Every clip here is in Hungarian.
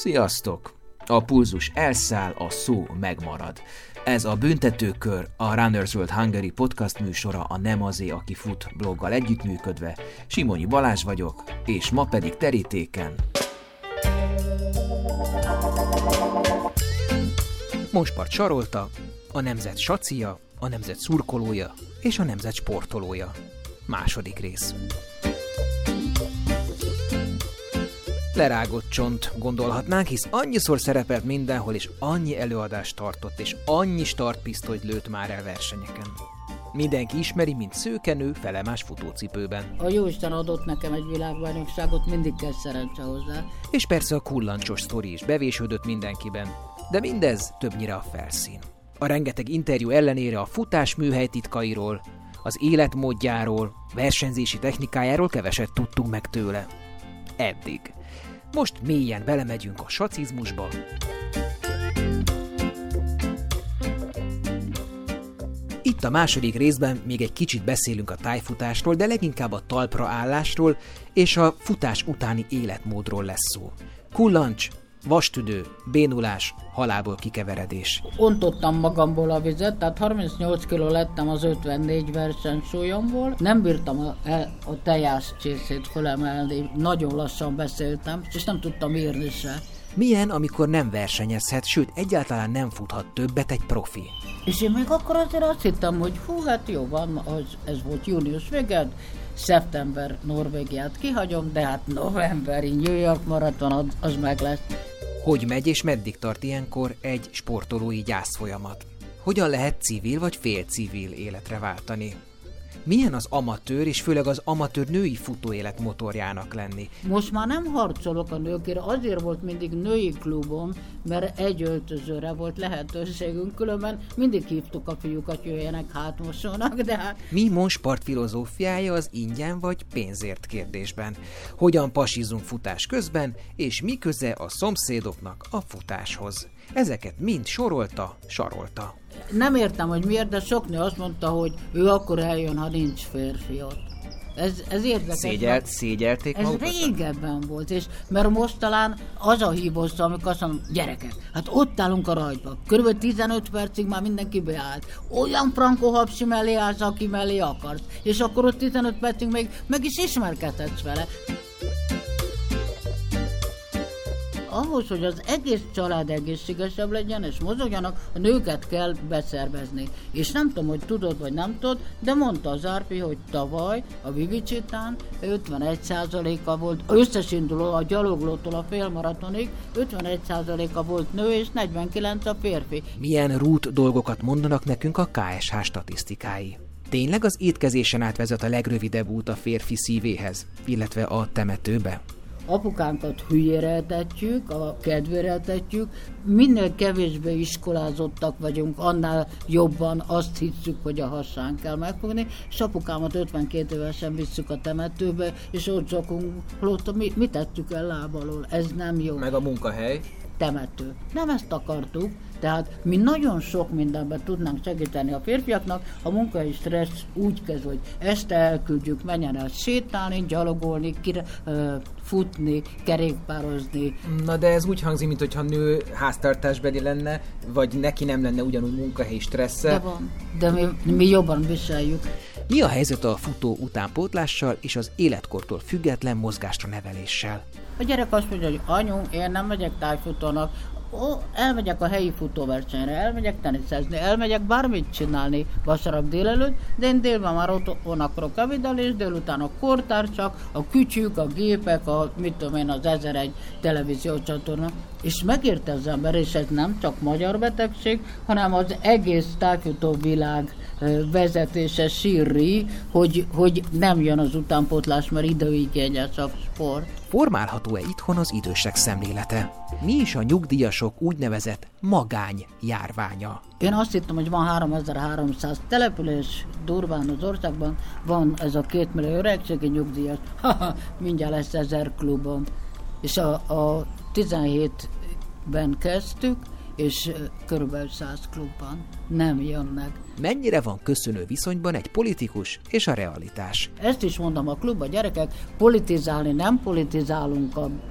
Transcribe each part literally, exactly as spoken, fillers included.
Sziasztok! A pulzus elszáll, a szó megmarad. Ez a Büntetőkör, a Runners World Hungary podcast műsora a Nem azé, aki fut bloggal együttműködve. Simonyi Balázs vagyok, és ma pedig terítéken. Mospart Sarolta, a nemzet sacia, a nemzet szurkolója és a nemzet sportolója. Második rész. Lerágott csont, gondolhatnánk, hisz annyiszor szerepelt mindenhol, és annyi előadást tartott, és annyi startpisztolyt lőtt már el versenyeken. Mindenki ismeri, mint szőkenő felemás futócipőben. A jóisten adott nekem egy világbajnokságot, mindig kell szerencse hozzá. És persze a kullancsos sztori is bevésődött mindenkiben, de mindez többnyire a felszín. A rengeteg interjú ellenére a futás műhely titkairól, az életmódjáról, versenyzési technikájáról keveset tudtunk meg tőle. Eddig. Most mélyen belemegyünk a sacizmusba. Itt a második részben még egy kicsit beszélünk a tájfutásról, de leginkább a talpraállásról és a futás utáni életmódról lesz szó. Kullancs, vastüdő, bénulás, halálból kikeveredés. Ontottam magamból a vizet, tehát harmincnyolc kiló lettem az ötvennégy versenysúlyomból. Nem bírtam a, a tejás csészét fölemelni, nagyon lassan beszéltem, és nem tudtam írni se. Milyen, amikor nem versenyezhet, sőt egyáltalán nem futhat többet egy profi? És én még akkor azért azt hittem, hogy hú, hát jó van, az, ez volt június végén, szeptember Norvégiát kihagyom, de hát novemberi New York maraton az, az meg lesz. Hogy megy és meddig tart ilyenkor egy sportolói gyászfolyamat? Hogyan lehet civil vagy félcivil életre váltani? Milyen az amatőr és főleg az amatőr női futóélet motorjának lenni? Most már nem harcolok a nőkért, azért volt mindig női klubom, mert egy öltözőre volt lehetőségünk, különben mindig hívtuk a fiúkat, jöjjenek hátmosónak, de hát... Mimon sport filozófiája az ingyen vagy pénzért kérdésben. Hogyan pasizunk futás közben, és mi köze a szomszédoknak a futáshoz? Ezeket mind sorolta, sarolta. Nem értem, hogy miért, de sok nő azt mondta, hogy ő akkor eljön, ha nincs férfi ott. Ez, ez érdekes. Szégyelt, szégyelték ez magukat? Ez régebben volt, és mert most talán az a hívoszta, amikor azt mondom, gyerekek, hát ott állunk a rajtba. Körülbelül tizenöt percig már mindenki beállt. Olyan frankó hapsi mellé állsz, aki mellé akarsz. És akkor ott tizenöt percig még meg is ismerkedhetsz vele. Ahhoz, hogy az egész család egészségesebb legyen és mozogjanak, a nőket kell beszervezni. És nem tudom, hogy tudod vagy nem tudod, de mondta az Árpi, hogy tavaly a Vivicsitán ötvenegy százaléka volt, összesinduló a gyaloglótól a félmaratonig, ötvenegy százaléka volt nő és negyvenkilenc a férfi. Milyen rút dolgokat mondanak nekünk a ká es há statisztikái? Tényleg az étkezésen átvezet a legrövidebb út a férfi szívéhez, illetve a temetőbe? Apukánkat hülyére etetjük, a kedvére etetjük, minél kevésbé iskolázottak vagyunk, annál jobban azt hiszük, hogy a hasán kell megfogni, és apukámat ötvenkét évesen visszük a temetőbe, és ott zsakunk, mi, mit tettük el lábalól, ez nem jó. Meg a munkahely? Temető. Nem ezt akartuk, tehát mi nagyon sok mindenben tudnánk segíteni a férfiaknak, a munkai stressz úgy kezd, hogy este elküldjük, menjen el sétálni, gyalogolni, kire, uh, futni, kerékpározni. Na de ez úgy hangzik, mintha nő háztartásbeli lenne, vagy neki nem lenne ugyanúgy munkahelyi stressze. De van, de mi, mi jobban viseljük. Mi a helyzet a futó utánpótlással és az életkortól független mozgásra neveléssel? A gyerek azt mondja, hogy anyu, én nem megyek tájfutónak, Ó, elmegyek a helyi futóversenyre, elmegyek teniszezni, elmegyek bármit csinálni vasárnap délelőtt, de én délben már otthon akarok evideli, és délután a kortársak, a kütyük, a gépek, a mit tudom én, az ezer egy televíziócsatorna. És megérte az ember, és ez nem csak magyar betegség, hanem az egész tájfutó világ vezetése sírri, hogy, hogy nem jön az utánpótlás, mert időigényes a sport. Formálható-e itthon az idősek szemlélete? Mi is a nyugdíjasok úgynevezett magány járványa? Én azt hittem, hogy van háromezer-háromszáz település durván az országban, van ez a két millió öregségi nyugdíjas, haha, mindjárt lesz ezer klubom. És a, a tizenhétben kezdtük, és körülbelül száz klubban nem jönnek. Mennyire van köszönő viszonyban egy politikus és a realitás? Ezt is mondom a klubban, gyerekek, politizálni nem politizálunk a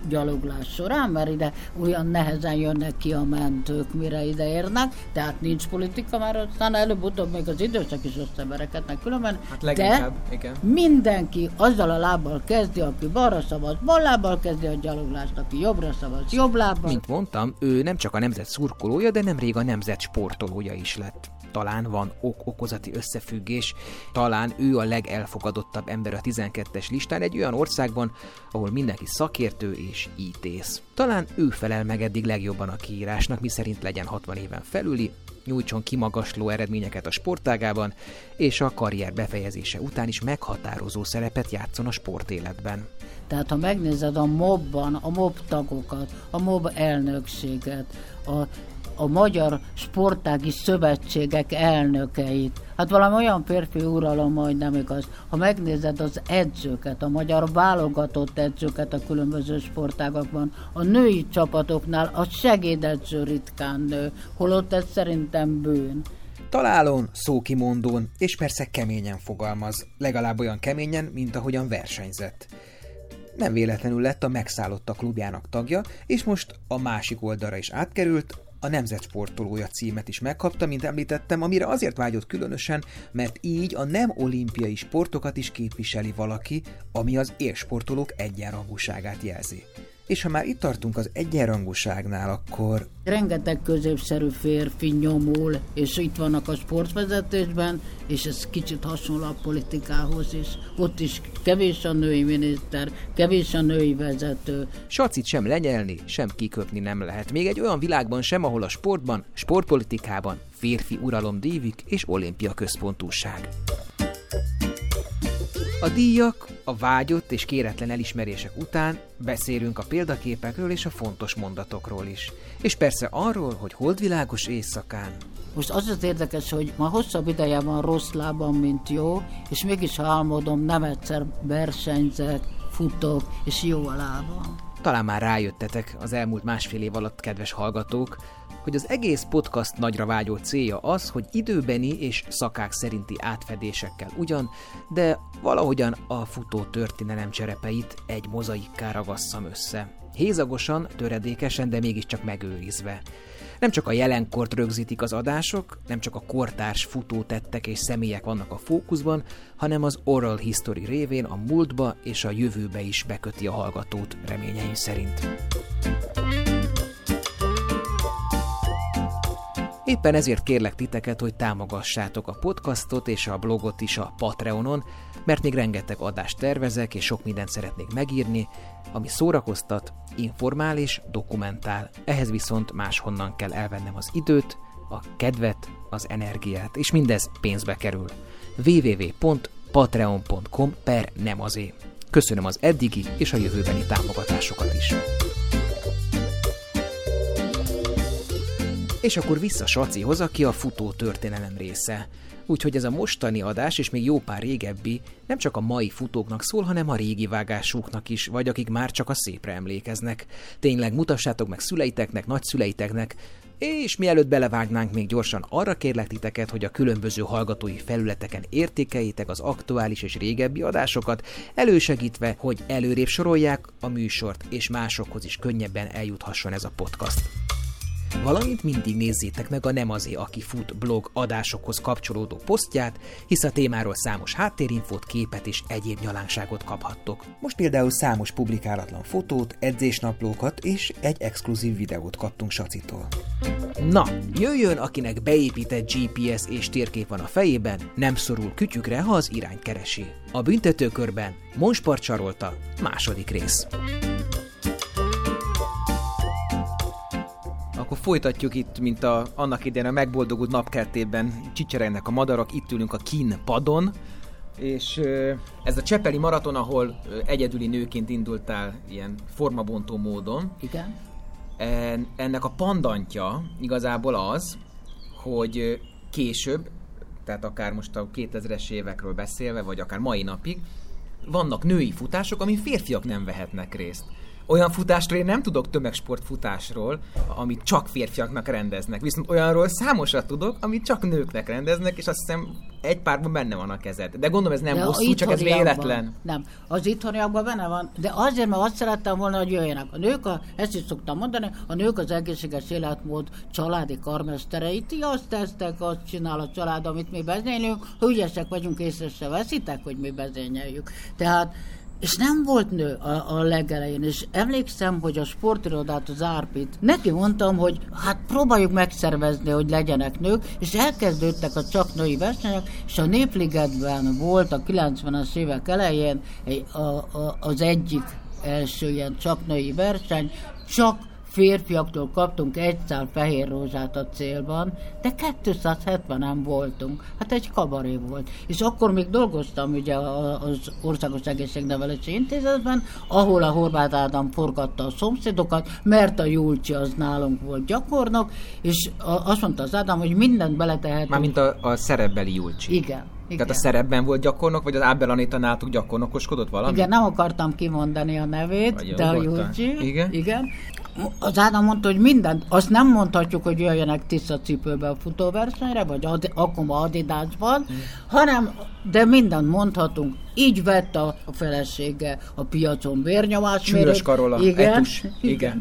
gyaloglás során, mert ide olyan nehezen jönnek ki a mentők, mire ide érnek, tehát nincs politika, már aztán előbb-utóbb még az idősek is összeverekednek különben, hát leginkább, de igen. Mindenki azzal a lábbal kezdi, aki balra szavaz, bal lábbal kezdi a gyaloglást, aki jobbra szavaz, jobb lábbal. Mint mondtam, ő nem csak a nemzet szurkolója, de nemrég a nemzet sportolója is lett. Talán van ok-okozati összefüggés, talán ő a legelfogadottabb ember a tizenkettes listán egy olyan országban, ahol mindenki szakértő és ítész. Talán ő felel meg eddig legjobban a kiírásnak, miszerint legyen hatvan éven felüli, nyújtson kimagasló eredményeket a sportágában, és a karrier befejezése után is meghatározó szerepet játszon a sportéletben. Tehát ha megnézed a mobban, a mob tagokat, a mob elnökséget, a a magyar sportági szövetségek elnökeit. Hát valami olyan férfi uralom, majd nem igaz. Ha megnézed az edzőket, a magyar válogatott edzőket a különböző sportágakban, a női csapatoknál a segédedző ritkán nő, holott ez szerintem bűn. Találón, szókimondón, és persze keményen fogalmaz, legalább olyan keményen, mint ahogyan versenyzett. Nem véletlenül lett a Megszállottak klubjának tagja, és most a másik oldalra is átkerült, a nemzetsportolója címet is megkapta, mint említettem, amire azért vágyott különösen, mert így a nem olimpiai sportokat is képviseli valaki, ami az élsportolók egyenrangúságát jelzi. És ha már itt tartunk az egyenrangúságnál, akkor... Rengeteg középszerű férfi nyomul, és itt vannak a sportvezetésben, és ez kicsit hasonló a politikához is. Ott is kevés a női miniszter, kevés a női vezető. Sacit sem lenyelni, sem kiköpni nem lehet. Még egy olyan világban sem, ahol a sportban, sportpolitikában férfi uralom dívik és olimpia központúság. A díjak, a vágyott és kéretlen elismerések után beszélünk a példaképekről és a fontos mondatokról is. És persze arról, hogy holdvilágos éjszakán. Most az az érdekes, hogy ma hosszabb ideje van rossz lábam, mint jó, és mégis álmodom, nem egyszer versenyzek, futok, és jó a lábam. Talán már rájöttetek az elmúlt másfél év alatt, kedves hallgatók, hogy az egész podcast nagyra vágyó célja az, hogy időbeni és szakák szerinti átfedésekkel ugyan, de valahogyan a futó történelem cserepeit egy mozaikká ragasszam össze. Hézagosan, töredékesen, de mégiscsak megőrizve. Nem csak a jelenkort rögzítik az adások, nem csak a kortárs futótettek és személyek vannak a fókuszban, hanem az oral history révén a múltba és a jövőbe is beköti a hallgatót reményeim szerint. Éppen ezért kérlek titeket, hogy támogassátok a podcastot és a blogot is a Patreonon, mert még rengeteg adást tervezek, és sok mindent szeretnék megírni, ami szórakoztat, informál és dokumentál. Ehhez viszont máshonnan kell elvennem az időt, a kedvet, az energiát, és mindez pénzbe kerül. double-u double-u double-u pont patreon pont com per nem azé. Köszönöm az eddigi és a jövőbeni támogatásokat is. És akkor vissza Sacihoz, aki a futó történelem része. Úgyhogy ez a mostani adás, és még jó pár régebbi, nem csak a mai futóknak szól, hanem a régi vágásúknak is, vagy akik már csak a szépre emlékeznek. Tényleg mutassátok meg szüleiteknek, nagyszüleiteknek, és mielőtt belevágnánk, még gyorsan arra kérlek titeket, hogy a különböző hallgatói felületeken értékeljétek az aktuális és régebbi adásokat, elősegítve, hogy előrébb sorolják a műsort, és másokhoz is könnyebben eljuthasson ez a podcast. Valamint mindig nézzétek meg a Nem azé, aki fut blog adásokhoz kapcsolódó posztját, hisz a témáról számos háttérinfót, képet és egyéb nyalánkságot kaphattok. Most például számos publikálatlan fotót, edzésnaplókat és egy exkluzív videót kaptunk Sacitól. Na, jöjjön, akinek beépített gé pé es és térkép van a fejében, nem szorul kütyükre, ha az irányt keresi. A büntetőkörben Monspart Csarolta, második rész. Akkor folytatjuk itt, mint a, annak idején a megboldogult napkertében csicserelnek a madarak, itt ülünk a kín padon, és ez a csepeli maraton, ahol egyedüli nőként indultál ilyen formabontó módon. Igen. Ennek a pandantja igazából az, hogy később, tehát akár most a kétezres évekről beszélve, vagy akár mai napig, vannak női futások, amin férfiak nem vehetnek részt. Olyan futásról én nem tudok, tömegsportfutásról, amit csak férfiaknak rendeznek. Viszont olyanról számosat tudok, amit csak nőknek rendeznek, és azt hiszem egy párban benne van a kezed. De gondolom ez nem hosszú, csak ez véletlen. Nem, az itthoniakban benne van, de azért, mert azt szerettem volna, hogy jöjjenek. A nők, a, ezt is szoktam mondani, a nők az egészséges életmód családi karmesterei. Ti azt tesztek, azt csinál a család, amit mi vezénylünk, ha ügyesek vagyunk, észre se veszitek, hogy mi vezényeljük. Tehát és nem volt nő a, a legelején, és emlékszem, hogy a sportirodát, az Árpit, neki mondtam, hogy hát próbáljuk megszervezni, hogy legyenek nők, és elkezdődtek a csak női versenyek, és a Népligetben volt a kilencvenes évek elején egy, a, a, az egyik első ilyen csak női verseny, csak férfiaktól kaptunk egy szál fehér rózsát a célban, de kétszázhetvenen voltunk. Hát egy kabaré volt. És akkor még dolgoztam ugye az Országos Egészségnevelési Intézetben, ahol a Horváth Ádám forgatta a szomszédokat, mert a Julcsi az nálunk volt gyakornok, és azt mondta az Ádám, hogy mindent beletehetünk. Mármint a, a szerepbeli Julcsi. Igen. Igen. Tehát a szerepben volt gyakornok, vagy az Ábel Anita nálatok gyakornokoskodott valami? Igen, nem akartam kimondani a nevét, vagy de a Julcsi. Igen. Igen. Az Ádám mondta, hogy mindent, azt nem mondhatjuk, hogy jöjjenek tiszta cipőbe a futóversenyre, vagy ad, akkor ma Adidasban, mm. hanem, de mindent mondhatunk. Így vett a, a felesége a piacon vérnyomásmérőt. Csűrös Karola, igen, etus. Igen.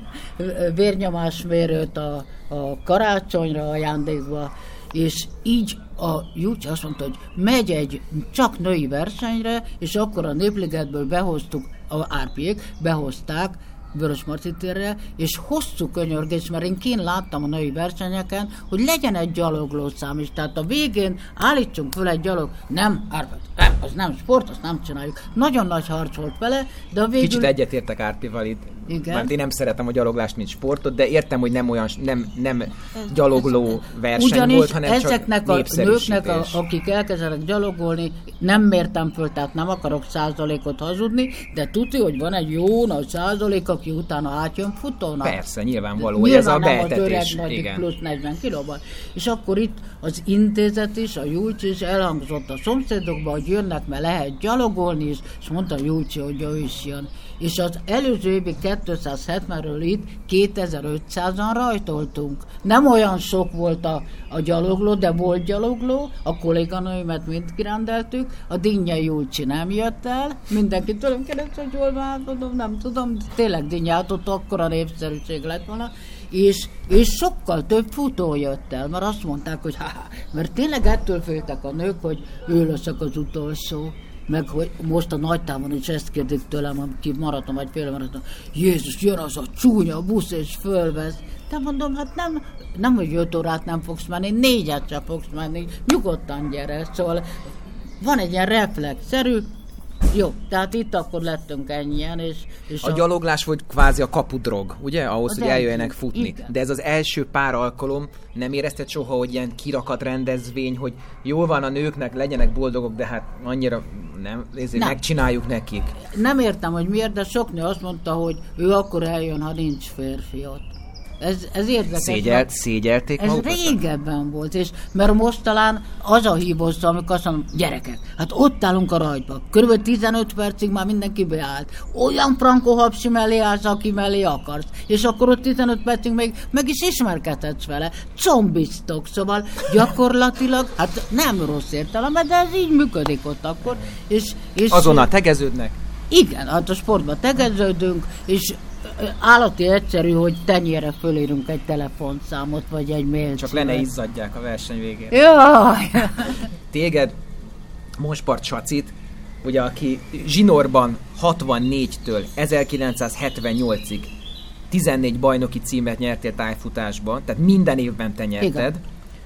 Vérnyomásmérőt a, a karácsonyra ajándékba, és így a Julcsi azt mondta, hogy megy egy csak női versenyre, és akkor a Népligetből behoztuk, a Árpiék behozták Vörösmarty térre, és hosszú könyörgés, mert én kint láttam a női versenyeken, hogy legyen egy gyaloglószám is. Tehát a végén állítsunk föl egy gyalog, nem, Árpi, nem, az nem sport, azt nem csináljuk. Nagyon nagy harc volt vele, de a végül... Kicsit egyetértek Árpival itt. Igen. Mert én nem szeretem a gyaloglást, mint sportot, de értem, hogy nem olyan, nem, nem gyalogló verseny ugyanis volt, hanem ezeknek csak a nőknek, a, akik elkezdenek gyalogolni, nem mértem föl, tehát nem akarok százalékot hazudni, de tudja, hogy van egy jó nagy százalék, aki utána átjön futónak. Persze, nyilvánvaló, hogy ez a beetetés. Igen. Plusz negyven kilóban. És akkor itt az intézet is, a Julcsi is elhangzott a szomszédokba, hogy jönnek, mert lehet gyalogolni is, és mondta a Julcsi, hogy ő is jön. És az előző évi kétszázhetvenről itt kétezer-ötszázan rajtoltunk. Nem olyan sok volt a, a gyalogló, de volt gyalogló, a kolléganőimet mind kirendeltük, a Dinnyei Julcsi nem jött el, mindenki tőlem kérdezte, hogy hol van, mondom, nem tudom, tényleg Dinnyát ott akkora népszerűség lett volna, és, és sokkal több futó jött el, mert azt mondták, hogy ha, mert tényleg ettől féltek a nők, hogy ő leszek az utolsó. Meg hogy most a nagytávon is ezt kérdik tőlem, aki maradtam, vagy fél maradtam, Jézus, jön az a csúnya busz, és fölvesz. De mondom, hát nem, nem, hogy öt órát nem fogsz menni, négyet sem fogsz menni, nyugodtan gyere. Szóval van egy ilyen reflexzerű, jó, tehát itt akkor lettünk ennyien, és... és a, a gyaloglás volt kvázi a kapudrog, ugye? Ahhoz, hogy eljöjjenek futni. Igen. De ez az első pár alkalom, nem érezted soha, hogy ilyen kirakat rendezvény, hogy jól van a nőknek, legyenek boldogok, de hát annyira nem, ezért nem. Megcsináljuk nekik. Nem értem, hogy miért, de sok nő azt mondta, hogy ő akkor eljön, ha nincs férfi ott. Ez, ez érdekes. Szégyelt, szégyelték Ez magukat? régebben volt, és mert most talán az a hívószó, amikor azt mondom, gyerekek, hát ott állunk a rajtba, körülbelül tizenöt percig már mindenki beállt. Olyan frankó hapsi mellé állsz, aki mellé akarsz. És akkor ott tizenöt percig még meg is ismerkedhetsz vele. Combiztok, szóval gyakorlatilag, hát nem rossz értelemben, de ez így működik ott akkor. És, és azonnal tegeződnek? Igen, hát a sportban tegeződünk, és állati egyszerű, hogy tenyérre fölírunk egy telefonszámot, vagy egy mailt. Csak le ne izzadják a verseny végén. Jaj! Téged, Monspart Sacit, ugye aki zsinórban hatvannégytől ezerkilencszázhetvennyolcig tizennégy bajnoki címet nyertél tájfutásban, tehát minden évben te nyerted. Igen.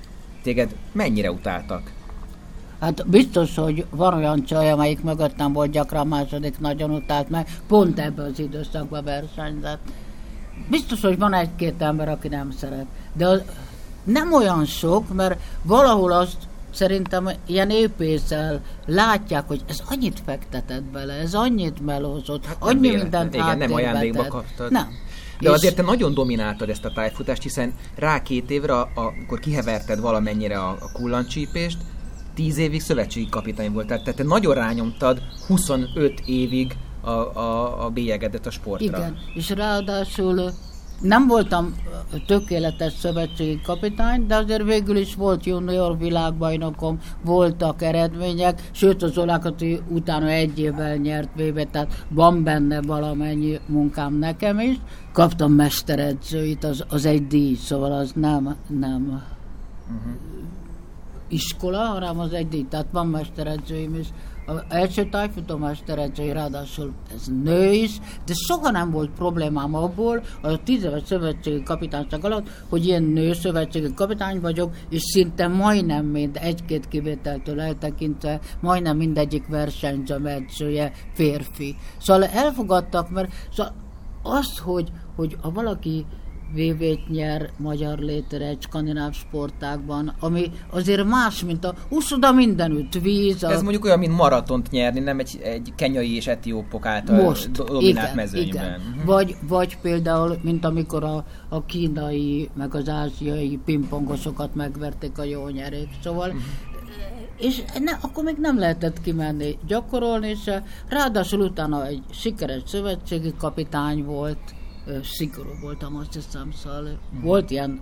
Téged mennyire utáltak? Hát biztos, hogy van olyan csaj, amelyik mögöttem volt gyakran, második nagyon utált meg, pont ebben az időszakban versenyzett. Biztos, hogy van egy-két ember, aki nem szeret. De az nem olyan sok, mert valahol azt szerintem ilyen épészel látják, hogy ez annyit fektetett bele, ez annyit melózott, hát annyi véletlen, mindent igen, nem ajándékba kaptad. Nem. De azért te nagyon domináltad ezt a tájfutást, hiszen rá két évre, akkor kiheverted valamennyire a, a kullancsípést, tíz évig szövetségi kapitány volt, tehát te nagyon rányomtad huszonöt évig a, a, a bélyegedet a sportra. Igen, és ráadásul nem voltam tökéletes szövetségi kapitány, de azért végül is volt junior világbajnokom, voltak eredmények, sőt az Olákati utána egy évvel nyert vé bé, tehát van benne valamennyi munkám nekem is. Kaptam mesteredzőit, az, az egy díj, szóval az nem, nem uh-huh. iskola, hanem az egy díj, tehát van mesteredzőim is. Az első tájfutó mesteredzői, ráadásul ez nő is, de soha nem volt problémám abból, a tíz éves szövetségi kapitányság alatt, hogy ilyen nő szövetségi kapitány vagyok, és szinte majdnem mind egy-két kivételtől eltekintve, majdnem mindegyik versenyzőm edzője férfi. Szóval elfogadtak, mert szóval azt, hogy, hogy ha valaki vé bét nyer magyar létre egy skandináv sportágban, ami azért más, mint a úszoda mindenütt, víz. A... Ez mondjuk olyan, mint maratont nyerni, nem egy, egy kenyai és etiópok által Most, dominált igen, mezőnyben. Igen. Uh-huh. Vagy, vagy például, mint amikor a, a kínai, meg az ázsiai pingpongosokat megverték a jó nyerék. Szóval uh-huh. és ne, akkor még nem lehetett kimenni gyakorolni, és ráadásul utána egy sikeres szövetségi kapitány volt, szigorú voltam, azt hiszem, szóval mm. volt ilyen.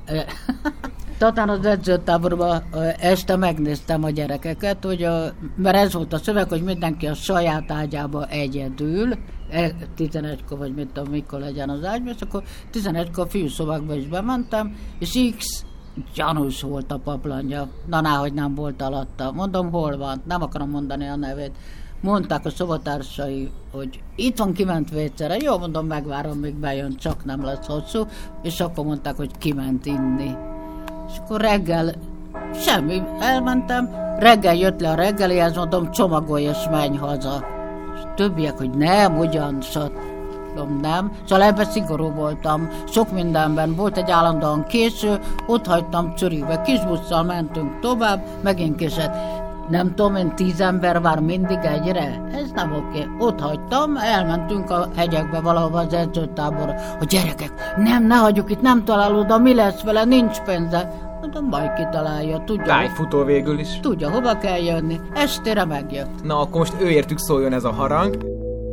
Tatán az edzőtáborban este megnéztem a gyerekeket, hogy a, mert ez volt a szöveg, hogy mindenki a saját ágyába egyedül, tizenegykor vagy mit tudom, mikor legyen az ágyban, és akkor tizenegykor fiúszobákba is bementem, és X gyanús volt a paplanja, na ná, hogy nem volt alatta. Mondom, hol van, nem akarom mondani a nevét. Mondták a szobatársai, hogy itt van, kiment vécére. Jó, mondom, megvárom, még bejön, csak nem lesz hosszú. És akkor mondták, hogy kiment inni. És akkor reggel, semmi, elmentem, reggel jött le a reggelihez, mondom, csomagolj és menj haza. És többiek, hogy nem, ugyan, mondom, nem. Szóval ebben szigorú voltam. Sok mindenben volt egy állandóan késő, ott hagytam Czürichbe, kisbusszal mentünk tovább, megint késett. Nem tudom én, tíz ember vár mindig egyre? Ez nem oké. Ott hagytam, elmentünk a hegyekbe valahova az edzőtáborra. A gyerekek, nem, ne hagyjuk itt, nem talál oda, mi lesz vele, nincs pénze. Mondom, majd kitalálja, tudja. Tájfutó végül is. Tudja, hova kell jönni. Estére megjött. Na, akkor most őértük szóljon ez a harang.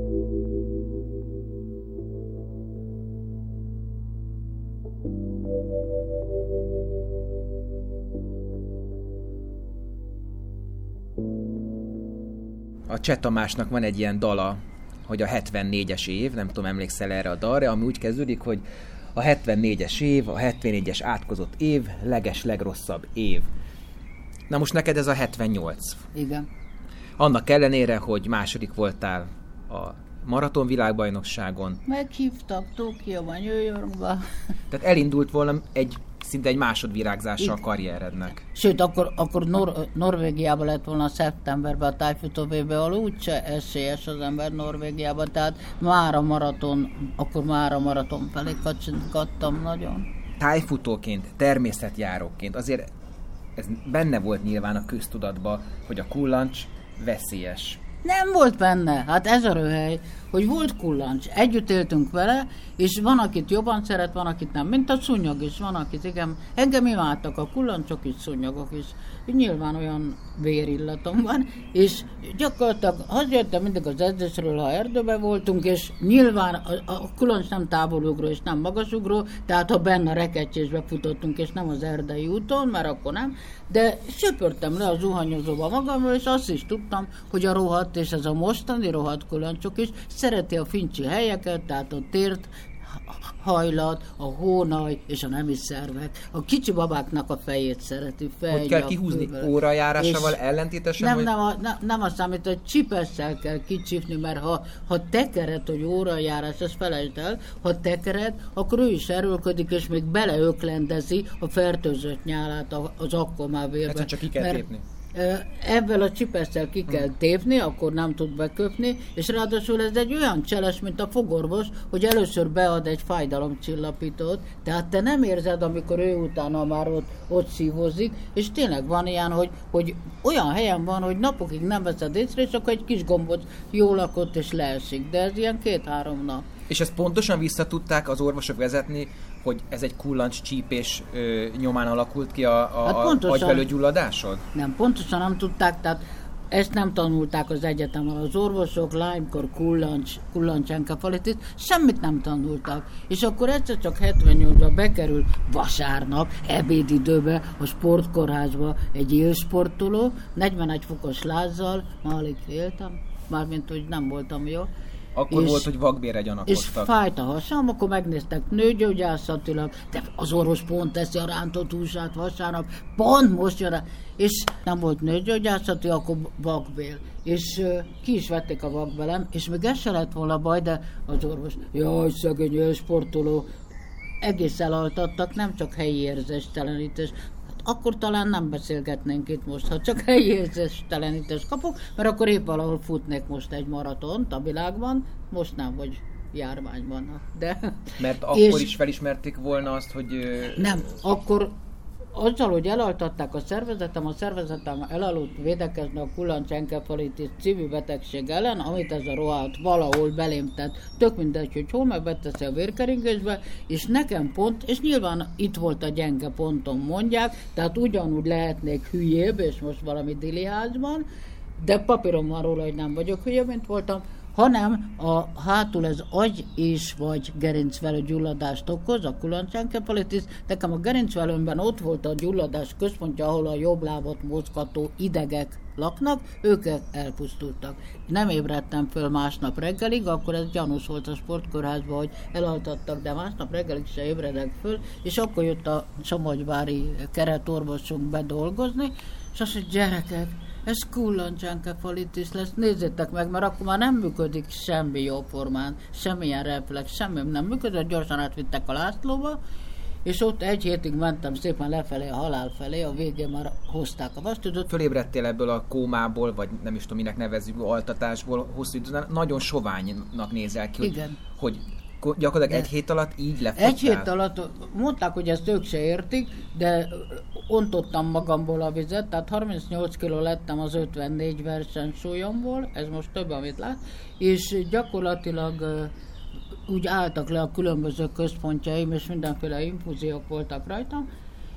A Cseh Tamásnak van egy ilyen dala, hogy a hetvennégyes év, nem tudom, emlékszel erre a dalra, ami úgy kezdődik, hogy a hetvennégyes év, a hetvennégyes átkozott év, leges legrosszabb év. Na most neked ez a hetvennyolc. Igen. Annak ellenére, hogy második voltál a maraton világbajnokságon. Meghívtak Tokióban, New Yorkba. Tehát elindult volna egy szinte egy másodvirágzása a karrierednek. Sőt, akkor, akkor Nor- Norvégiában lett volna szeptemberben a tájfutó vé bé, ahol úgyse esélyes az ember Norvégiában, tehát már a maraton, akkor már a maraton felé kacsingattam nagyon. Tájfutóként, természetjáróként azért ez benne volt nyilván a köztudatban, hogy a kullancs veszélyes. Nem volt benne, hát ez a röhely, hogy volt kullancs, együtt éltünk vele, és van, akit jobban szeret, van, akit nem, mint a szúnyog is, van, akit igen, engem imádtak a kullancsok is, szúnyogok is, nyilván olyan vérillatom van, és gyakorlatilag hazajöttem mindig az edzésről, ha erdőben voltunk, és nyilván a, a kullancs nem távolugró és nem magasugró, tehát ha benne a reketyésbe futottunk, és nem az erdei úton, mert akkor nem, de söpörtem le a zuhanyozóba magamról, és azt is tudtam, hogy a rohadt, és ez a mostani rohadt kullancsok is szereti a fincsi helyeket, tehát a tért, hajlat, a hónaj és a nemi szervek. A kicsi babáknak a fejét szereti. Fej, hogy kell kihúzni órajárásával ellentétesen? Nem, hogy... nem, a, nem, nem azt számít, hogy csipesszel kell kicsipni, mert ha, ha tekered, hogy órajárás, ezt felejtsd el, ha tekered, akkor ő is erőlködik, és még beleöklendezi a fertőzött nyálát az akkomávérbe. Hát csak ki kell mert, tépni. Ebben a csipesszel ki kell tépni, akkor nem tud beköpni, és ráadásul ez egy olyan cseles, mint a fogorvos, hogy először bead egy fájdalomcsillapítót, tehát te nem érzed, amikor ő utána már ott, ott szívozik, és tényleg van ilyen, hogy, hogy olyan helyen van, hogy napokig nem veszed észre, és akkor egy kis gombot jól lakott és leesik, de ez ilyen két-három nap. És ezt pontosan visszatudták az orvosok vezetni, hogy ez egy kullancs csípés ö, nyomán alakult ki a, a, hát a agybelőgyulladásod? Nem, pontosan nem tudták, tehát ezt nem tanulták az egyetemen az orvosok, Lyme-kor, kullancs, kullancsenkefalitis, semmit nem tanultak. És akkor egyszer csak hetvennyolcban bekerül vasárnap, ebédidőbe, a sportkórházba egy élsportoló, negyvenegy fokos lázzal, már alig féltem, mármint, hogy nem voltam jó. Akkor és, volt, hogy vakbélre gyanakodtak. És fájt a hasam, akkor megnéztek nőgyógyászatilag, de az orvos pont teszi a rántott húsát vasárnap, pont most jön rá, és nem volt nőgyógyászati, akkor vakbél. És uh, ki is vették a vakbelem, és még ez se lett volna baj, de az orvos, jaj, szegény sportoló, egész elaltattak, nem csak helyi érzéstelenítés. Akkor talán nem beszélgetnénk itt most, ha csak helyi érzéstelenítést kapok, mert akkor épp valahol futnék most egy maratont a világban, most nem, vagy járványban. De, mert akkor is felismerték volna azt, hogy... Nem, akkor azzal, hogy elaltatták a szervezetem, a szervezetem elaludt védekezni a kullancsenkefalitis című betegség ellen, amit ez a rohadt valahol belém tett. Tök mindegy, hogy hol megbeteszi a vérkeringésbe, és nekem pont, és nyilván itt volt a gyenge ponton, mondják, tehát ugyanúgy lehetnék hülyébb, és most valami diliházban, de papírom van róla, hogy nem vagyok hülyébb, mint voltam, hanem a hátul ez agy és vagy gerincvelő gyulladást okoz, a kullancsenkefalitis. Nekem a gerincvelőmben ott volt a gyulladás központja, ahol a jobb lábat mozgató idegek laknak, ők elpusztultak. Nem ébredtem föl másnap reggelig, akkor ez gyanús volt a sportkórházban, hogy elaltattak, de másnap reggelig se ébredek föl, és akkor jött a somogyvári keretorvosunk bedolgozni, és azt mondja, gyerekek, ez kullancsenkefalitis lesz, nézzétek meg, mert akkor már nem működik semmi jóformán, semmilyen reflex, semmi nem működött, gyorsan átvittek a Lászlóba, és ott egy hétig mentem szépen lefelé, a halál felé, a végén már hozták a vastudot. Fölébredtél ebből a kómából, vagy nem is tudom, minek nevezzük, altatásból, hosszú időn, nagyon soványnak nézel ki, hogy, hogy gyakorlatilag de egy hét alatt így lefogytál? Egy hét alatt, mondták, hogy ezt ők se értik, de ontottam magamból a vizet, tehát harmincnyolc kiló lettem az ötvennégy versenysúlyomból, ez most több, amit lát, és gyakorlatilag úgy álltak le a különböző központjaim, és mindenféle infúziók voltak rajtam,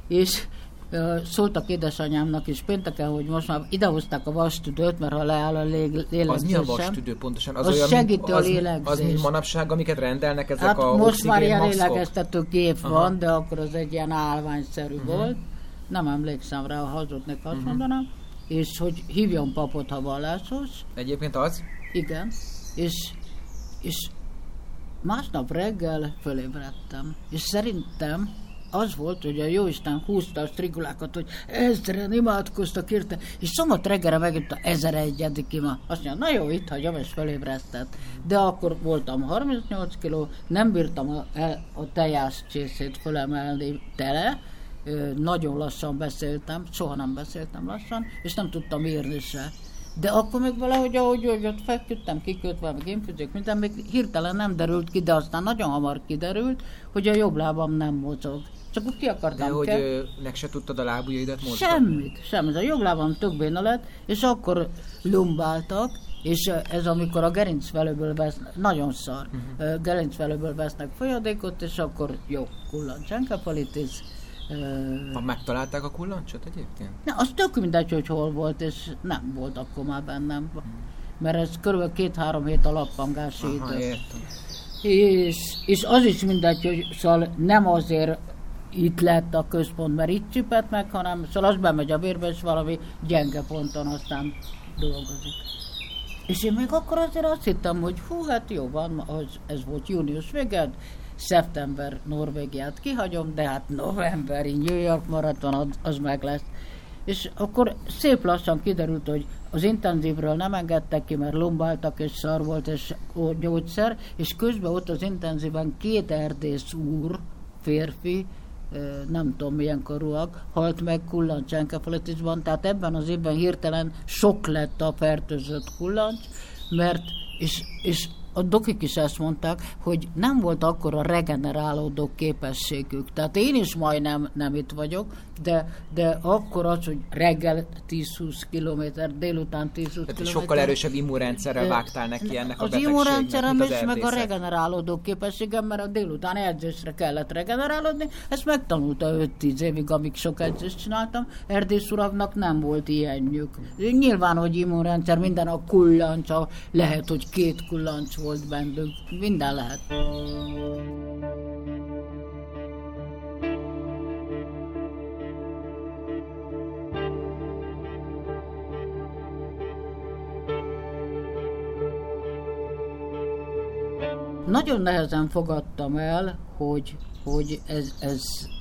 és uh, szóltak édesanyámnak is pénteken, hogy most már idehozták a vastüdőt, mert ha leáll a lélegzésem. Az mi a vastüdő pontosan? Az, az olyan, segíti az, a lélegzést. Az, mint manapság, amiket rendelnek ezek hát a most már ilyen oxigénmaszkok? lélegeztető gép van, aha, de akkor az egy ilyen állványszerű uh-huh. volt. Nem emlékszem rá, ha hazudnék, azt uh-huh. mondanám. És hogy hívjon papot, ha vallásos. Egyébként az? Igen. És, és másnap reggel fölébredtem, és szerintem az volt, hogy a Jóisten húzta a strigulákat, hogy ezren imádkoztak érte, és szombat reggelre megint a ezer egyedik ima. Azt mondja, na jó, itt hagyom, és fölébresztett. De akkor voltam harmincnyolc kiló, nem bírtam a, a tejás csészét fölemelni tele, nagyon lassan beszéltem, soha nem beszéltem lassan, és nem tudtam írni se. De akkor még valahogy, ahogy, ahogy ott feküdtem, kikötve, meg infúziók, minden, még hirtelen nem derült ki, de aztán nagyon hamar kiderült, hogy a jobb lábam nem mozog. Csak úgy ki akartam. De hogy ö, nek se tudtad a lábujjaidat mozgatni? Semmit, semmit. A jobb lábam tök béna lett, és akkor lumbáltak, és ez amikor a gerincvelőből vesznek, nagyon szar, uh-huh. gerincvelőből vesznek folyadékot, és akkor jó, kullancsenkefalitis. Ha megtalálták a kullancsot egyébként? Na, az tök mindegy, hogy hol volt, és nem volt akkor már bennem. Hmm. Mert ez körülbelül két-három hét a lappangási idő. És, és az is mindegy, hogy szóval nem azért itt lett a központ, mert itt csipett meg, hanem szóval az bemegy a vérbe, és valami gyenge ponton aztán dolgozik. És én még akkor azért azt hittem, hogy hú, hát jó van, az, ez volt június végén, szeptember Norvégiát kihagyom, de hát novemberi New York maraton az, az meg lesz. És akkor szép lassan kiderült, hogy az intenzívről nem engedtek ki, mert lombáltak, és szar volt, és gyógyszer, és közben ott az intenzíven két erdész úr, férfi, nem tudom milyen korúak, halt meg kullancsenkefalitisban, tehát ebben az évben hirtelen sok lett a fertőzött kullancs, mert és, és a dokik is ezt mondták, hogy nem volt akkor a regenerálódó képességük. Tehát én is majdnem nem itt vagyok, de, de akkor az, hogy reggel tíz-húsz kilométer, délután tíz-húsz kilométer. Sokkal erősebb immunrendszerrel vágtál neki ennek a az betegségnek, immunrendszerem mint az is, meg a erdészek. regenerálódó képességem, mert a délután edzésre kellett regenerálódni, ezt megtanulta öt-tíz évig, amíg sok edzést csináltam. Erdészuraknak nem volt ilyenjük. Nyilván, hogy immunrendszer, minden a kullancs, a, lehet, hogy két kullancs volt bennük, minden lehet. Nagyon nehezen fogadtam el, hogy, hogy ez, ez,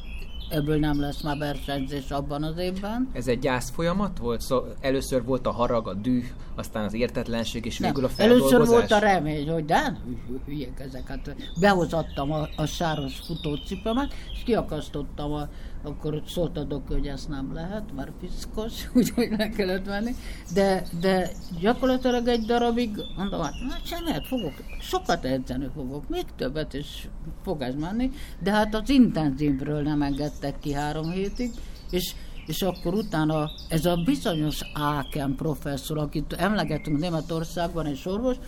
ebből nem lesz már versenyzés abban az évben. Ez egy gyász folyamat volt? Szóval először volt a harag, a düh, aztán az értetlenség, és nem. végül a feldolgozás? Először volt a remény, hogy de hülyék ezek. Hát behozattam a, a sáros futócipőmet, és kiakasztottam, a, akkor szólt a doki, hogy ezt nem lehet, mert piszkos, úgyhogy le kellett venni. De, de gyakorlatilag egy darabig mondom, hát semmit fogok, sokat edzeni fogok, még többet is fog ez menni, de hát az intenzívről nem engedtek ki három hétig, és és akkor utána ez a bizonyos Áken professzor, akit emlegetünk Németországban, egy orvos,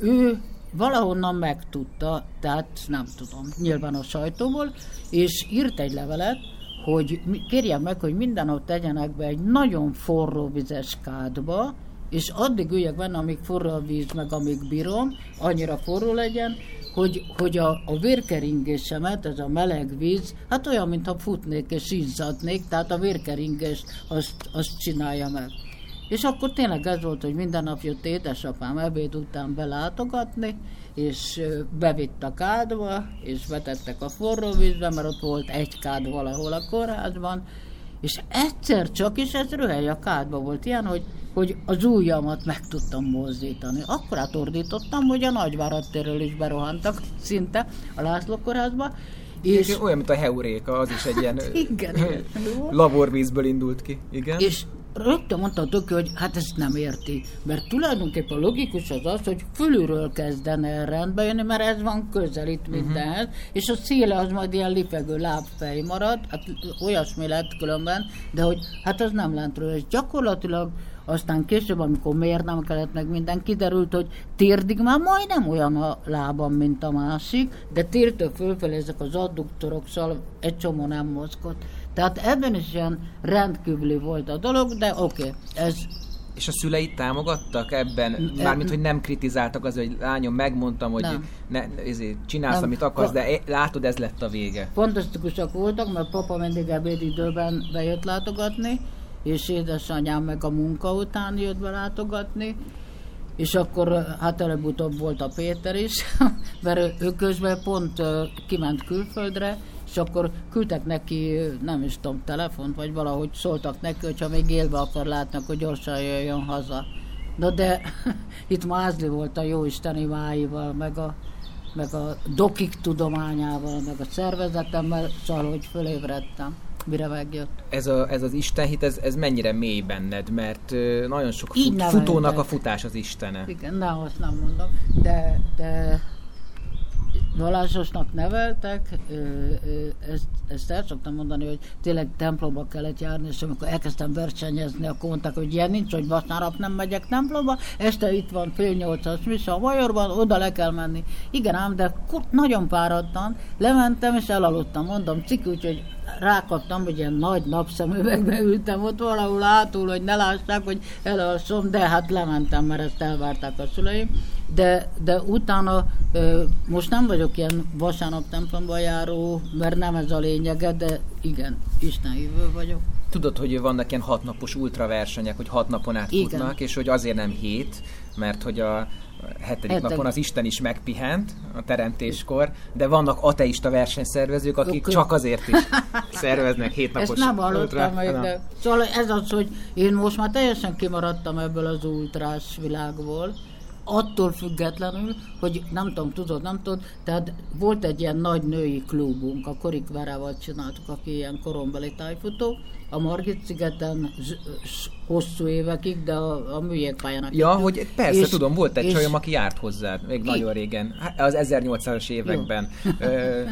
ő valahonnan megtudta, tehát nem tudom, nyilván a sajtóból, és írt egy levelet, hogy kérjem meg, hogy minden nap tegyenek be egy nagyon forró vizes kádba, és addig üljek benne, amíg forró a víz, meg amíg bírom, annyira forró legyen, hogy, hogy a, a vérkeringésemet, ez a meleg víz, hát olyan, mintha futnék és izzadnék, tehát a vérkeringést azt, azt csinálja meg. És akkor tényleg ez volt, hogy minden nap jött édesapám ebéd után belátogatni, és bevitt a kádba, és betettek a forró vízbe, mert ott volt egy kád valahol a kórházban, és egyszer csak is ez röhely a kádba volt ilyen, hogy, hogy az ujjamat meg tudtam mozdítani. Akkor átordítottam, hogy a Nagyváradtérről is berohantak szinte a László kórházba. És olyan, mint a heuréka, az is egy ilyen igen, laborvízből indult ki. Igen. És rögtön mondta a doki, hogy hát ezt nem érti, mert tulajdonképpen logikus az az, hogy fölülről kezdene el rendbe jönni, mert ez van közel itt mindenhez, uh-huh. és a széle az majd ilyen lifegő lábfej marad, hát olyasmi lett különben, de hogy hát az nem lentről, és gyakorlatilag aztán később, amikor mérnem kellett meg minden, kiderült, hogy térdig már majdnem olyan a lábam, mint a másik, de tértől fölfelé ezek az adduktorok, szóval egy csomó nem mozgott. Tehát ebben is ilyen rendkívüli volt a dolog, de oké, okay, ez... És a szüleid támogattak ebben? Mármint, hogy nem kritizáltak az, hogy lányom, megmondtam, hogy ne, ezért csinálsz, nem. amit akarsz, de látod, ez lett a vége. Fantasztikusak voltak, mert papa mindig ebédidőben bejött látogatni, és édesanyám meg a munka után jött be látogatni, és akkor hát előbb-utóbb volt a Péter is, mert ő közben pont kiment külföldre, és akkor küldtek neki, nem is tudom, telefont, vagy valahogy szóltak neki, hogyha még élve akar látni, akkor gyorsan jöjjön haza. Na de itt Mázli volt a jóisten imáival, meg a, meg a dokik tudományával, meg a szervezetemmel, szóval, hogy fölébredtem, mire megjött. Ez, a, ez az istenhit, ez, ez mennyire mély benned, mert nagyon sok fut, futónak a futás az istene. Igen, nem, azt nem mondom, de... de vallásosnak neveltek, ezt, ezt el szoktam mondani, hogy tényleg templomba kellett járni, és amikor elkezdtem versenyezni, akkor mondták, hogy ilyen nincs, hogy vasárnap nem megyek templomba, este itt van fél nyolcas missza a Majorban, oda le kell menni. Igen ám, de nagyon fáradtan, lementem és elaludtam, mondom, ciki, úgyhogy rákaptam, hogy ilyen nagy napszemüvegbe ültem ott valahol hátul, hogy ne lássák, hogy elalszom, de hát lementem, mert ezt elvárták a szüleim. De, de utána most nem vagyok ilyen vasárnap templomba járó, mert nem ez a lényege, de igen, istenhívő vagyok. Tudod, hogy vannak ilyen hatnapos ultraversenyek, hogy hat napon át igen. futnak, és hogy azért nem hét, mert hogy a hetedik Heteg. napon az Isten is megpihent a teremtéskor, de vannak ateista versenyszervezők, akik okay. csak azért is szerveznek hétnapos ultra. Ezt nem hallottam meg, de szóval ez az, hogy én most már teljesen kimaradtam ebből az ultrás világból. attól függetlenül, hogy nem tudom, tudod, nem tudod, tehát volt egy ilyen nagy női klubunk, a Korik Verával csináltuk, aki ilyen korombeli tájfutó, a Margit-szigeten hosszú évekig, de a, a műjégpályának. Ja, hogy persze, és, tudom, volt egy és, csajom, aki járt hozzá, még nagyon régen, az ezernyolcszázas években. Ö,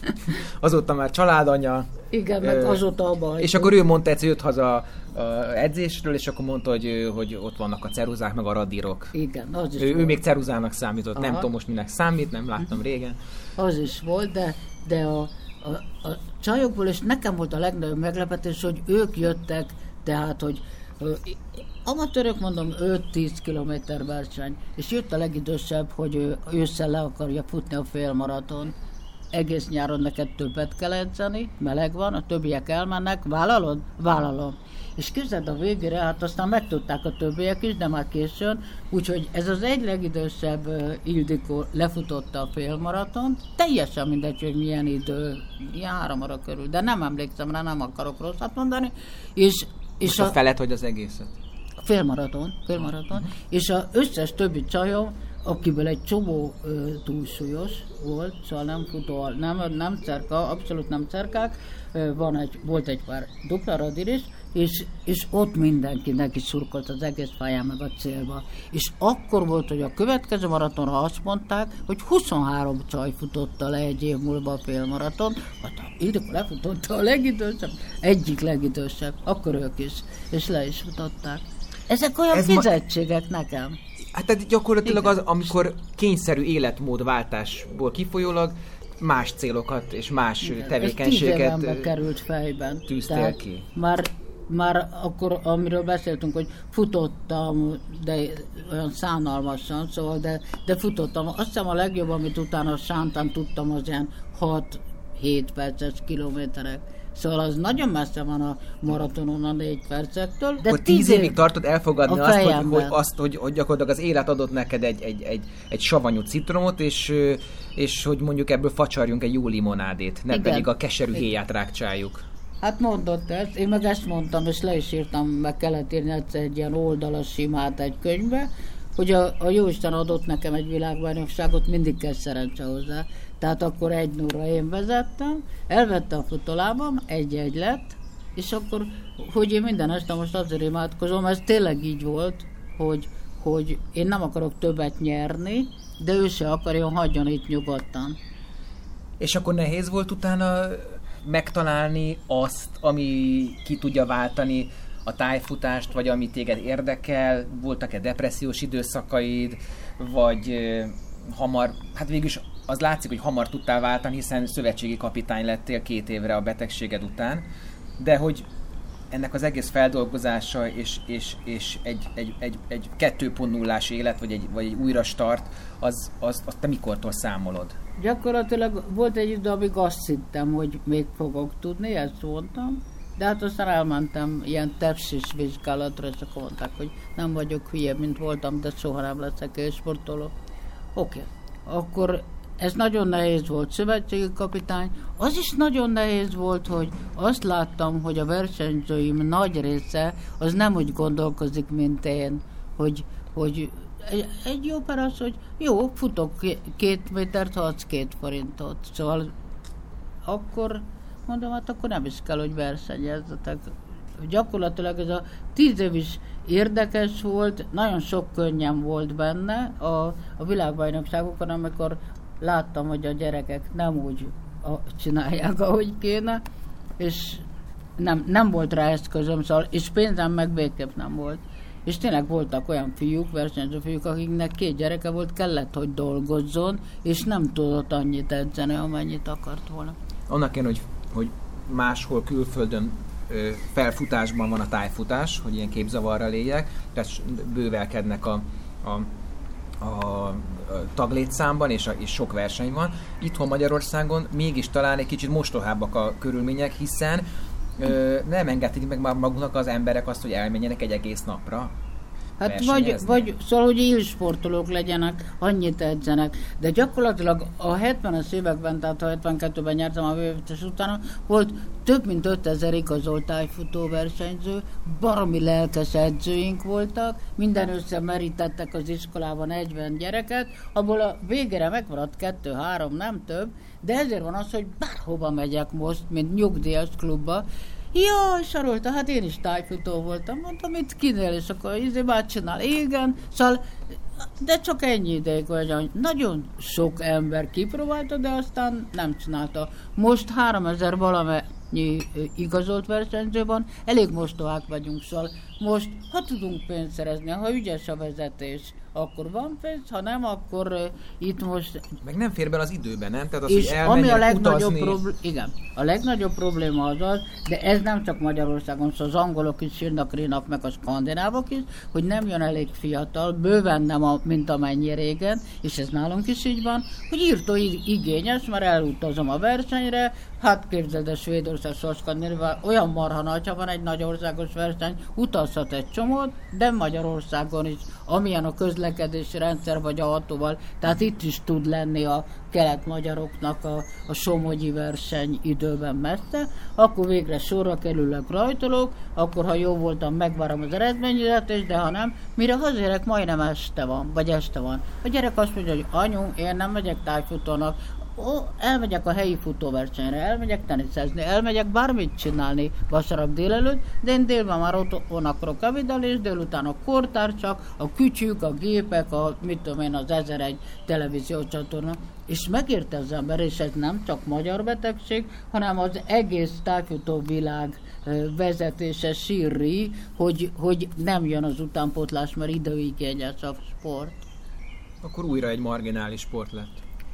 azóta már családanya. Igen, meg azóta abban. És akkor ő mondta egyszer, jött haza a edzésről, és akkor mondta, hogy, hogy ott vannak a ceruzák, meg a radírok. Igen, az is ő, volt. ő még ceruzának számított, Aha. nem tudom most minek számít, nem láttam régen. Az is volt, de, de a, a, a csajokból, és nekem volt a legnagyobb meglepetés, hogy ők jöttek, tehát, hogy amatőrök, mondom, öt-tíz kilométer verseny, és jött a legidősebb, hogy ő ősszel le akarja futni a félmaraton. Egész nyáron neked többet kell edzeni, meleg van, a többiek elmennek, vállalod? Vállalom. És képzeld a végére, hát aztán megtudták a többiek is, de már későn, úgyhogy ez az egy legidősebb uh, Ildikó lefutotta a félmaraton, teljesen mindegy, hogy milyen idő, ilyen három óra körül, de nem emlékszem rá, nem akarok rosszat mondani, és, és a, a felett, hogy az egészet? Félmaraton, félmaraton, uh-huh. És az összes többi csajom, akiből egy csomó ö, túlsúlyos volt, szóval nem futó, nem, nem cerka, abszolút nem cerkák, ö, van egy, volt egy pár dupla radír is, és, és ott mindenki neki szurkolt az egész pályán meg a célba. És akkor volt, hogy a következő maratonra azt mondták, hogy huszonhárom csaj futotta le egy év múlva a félmaraton, hát Ildikó lefutotta a legidősebb, egyik legidősebb, akkor ők is, és le is futották. Ezek olyan Ez fizetségek ma... nekem. Hát tehát gyakorlatilag az, amikor kényszerű életmódváltásból kifolyólag más célokat és más igen, tevékenységet ez tíz évenbe került fejben. Tűztél ki. Már, már akkor, amiről beszéltünk, hogy futottam, de olyan szánalmasan, szóval, de, de futottam. Azt hiszem a legjobb, amit utána sántán tudtam, az ilyen hat-hét perces kilométerek. Szóval az nagyon messze van a maratonon a négy percektől. De hogy tíz évig tartod elfogadni azt hogy, hogy, azt, hogy, hogy gyakorlatilag az élet adott neked egy, egy, egy, egy savanyú citromot, és, és hogy mondjuk ebből facsarjunk egy jó limonádét, nem pedig a keserű héját rákcsáljuk. Hát mondott ezt, én meg ezt mondtam, és le is írtam, meg kellett írni egyszer egy ilyen oldalas simát egy könyvbe, hogy a, a Jóisten adott nekem egy világbajnokságot, mindig kell szerencse hozzá. Tehát akkor egy nulla én vezettem, elvette a futólábam, egy-egy lett, és akkor, hogy én minden este most azért imádkozom, ez tényleg így volt, hogy, hogy én nem akarok többet nyerni, de ő se akarjon, hagyjon itt nyugodtan. És akkor nehéz volt utána megtalálni azt, ami ki tudja váltani a tájfutást, vagy ami téged érdekel, voltak-e depressziós időszakaid, vagy hamar, hát végülis az látszik, hogy hamar tudtál váltani, hiszen szövetségi kapitány lettél két évre a betegséged után, de hogy ennek az egész feldolgozása és, és, és egy, egy, egy, egy kettő pont nullás élet, vagy egy, vagy egy újra start, az, az, az te mikortól számolod? Gyakorlatilag volt egy idő, amíg azt hittem, hogy még fogok tudni, ezt mondtam, de hát aztán elmentem ilyen tepsis vizsgálatra, és akkor mondták, hogy nem vagyok hülye, mint voltam, de soha nem leszek élsportoló. Oké, okay. Akkor ez nagyon nehéz volt, szövetségi kapitány. Az is nagyon nehéz volt, hogy azt láttam, hogy a versenyzőim nagy része az nem úgy gondolkozik, mint én, hogy, hogy egy jó per az, hogy jó, futok két métert, ha adsz két forintot. Szóval akkor mondom, hát akkor nem is kell, hogy versenyezzetek. Gyakorlatilag ez a tíz év is érdekes volt, nagyon sok könnyen volt benne a, a világbajnokságokon, amikor láttam, hogy a gyerekek nem úgy a, csinálják, ahogy kéne, és nem, nem volt rá eszközöm, szóval, és pénzem meg végképp nem volt. És tényleg voltak olyan fiúk, versenyző fiúk, akiknek két gyereke volt, kellett, hogy dolgozzon, és nem tudott annyit edzeni, amennyit akart volna. Annak én, hogy, hogy máshol külföldön ö, felfutásban van a tájfutás, hogy ilyen képzavarral éljek, tehát bővelkednek a, a a taglétszámban, és, a, és sok verseny van. Itthon Magyarországon mégis talán egy kicsit mostohábbak a körülmények, hiszen ö, nem engedhetik meg magunknak az emberek azt, hogy elmenjenek egy egész napra. Hát vagy, vagy szóval, hogy élsportolók legyenek, annyit edzenek. De gyakorlatilag a hetvenes években, tehát a hetvenkettőben nyertem a vővetés után, volt több mint ötezer igazolt tájfutó versenyző, baromi lelkes edzőink voltak, minden össze merítettek az iskolában negyven gyereket, abból a végére megmaradt kettő-három, nem több, de ezért van az, hogy bárhova megyek most, mint nyugdíjas klubba. Jaj, Sarolta, hát én is tájfutó voltam, mondtam, mit kinél, és akkor izé bár csinál, igen, szóval, de csak ennyi ideig, hogy nagyon sok ember kipróbálta, de aztán nem csinálta. Most háromezer valamennyi igazolt versenyző van, elég mostovák vagyunk, szóval most, ha tudunk pénzt szerezni, ha ügyes a vezetés, akkor van pénz, ha nem, akkor uh, itt most... Meg nem fér bele az időben, nem? Tehát az, és hogy ami a legnagyobb utazni... problém, igen, a legnagyobb probléma az az, de ez nem csak Magyarországon, szóval az angolok is sírnak, rínak, meg a skandinávok is, hogy nem jön elég fiatal, bőven nem, a, mint amennyi régen, és ez nálunk is így van, hogy írtó igényes, mert elutazom a versenyre, hát képzeld a Svédország, Skandinávia, olyan marha nagy, ha van egy nagy országos verseny, utazhat egy csomót, de Magyarországon is, amilyen a közlekedési rendszer vagy a autóval, tehát itt is tud lenni a kelet-magyaroknak a, a somogyi verseny időben messze, akkor végre sorra kerülök, rajtolok, akkor ha jó voltam, megvárom az eredményzetést, de ha nem, mire hazérek, majdnem este van, vagy este van. A gyerek azt mondja, hogy anyu, én nem megyek tájfutónak, Ó, elmegyek a helyi futóversenyre, elmegyek teniszezni, elmegyek bármit csinálni vasárnap délelőtt, de én délben már otthon akarok ebédelni, és délután a kortárcsak, a kütyük, a gépek, a mit tudom én, az ezer egy televíziós csatorna. És megérte az ember, és ez nem csak magyar betegség, hanem az egész tájfutó világ vezetése sírri, hogy, hogy nem jön az utánpótlás, mert időigényes a sport. Akkor újra egy marginális sport lett.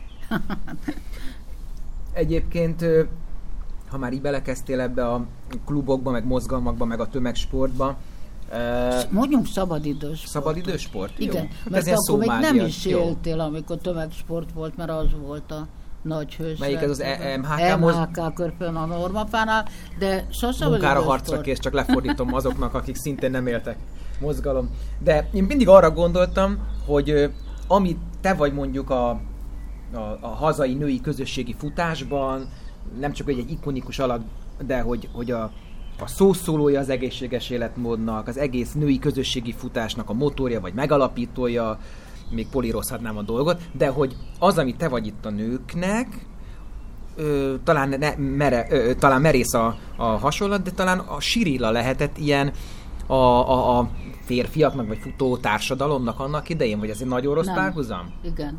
Egyébként, ha már így belekezdtél ebbe a klubokba, meg mozgalmakba, meg a tömegsportba... Mondjunk szabadidős sport. Szabadidős sport? Igen, jó. mert akkor még nem is éltél, amikor tömegsport volt, mert az volt a nagy hős. Melyik ez az em há ká? em há ká körpön a Normafánál, de sosem... Munkára harcra kész, csak lefordítom azoknak, akik szintén nem éltek mozgalom. De én mindig arra gondoltam, hogy amit te vagy mondjuk a A, a hazai női közösségi futásban, nem csak egy, egy ikonikus alak, de hogy, hogy a, a szószólója az egészséges életmódnak, az egész női közösségi futásnak a motorja vagy megalapítója, még polírozhatnám a dolgot, de hogy az, amit te vagy itt a nőknek, ö, talán, ne, mere, ö, talán merész a, a hasonlat, de talán a Sirilla lehetett ilyen a, a, a férfiaknak, vagy futó társadalomnak annak idején, vagy ez egy nagyon rossz párhuzam? Igen.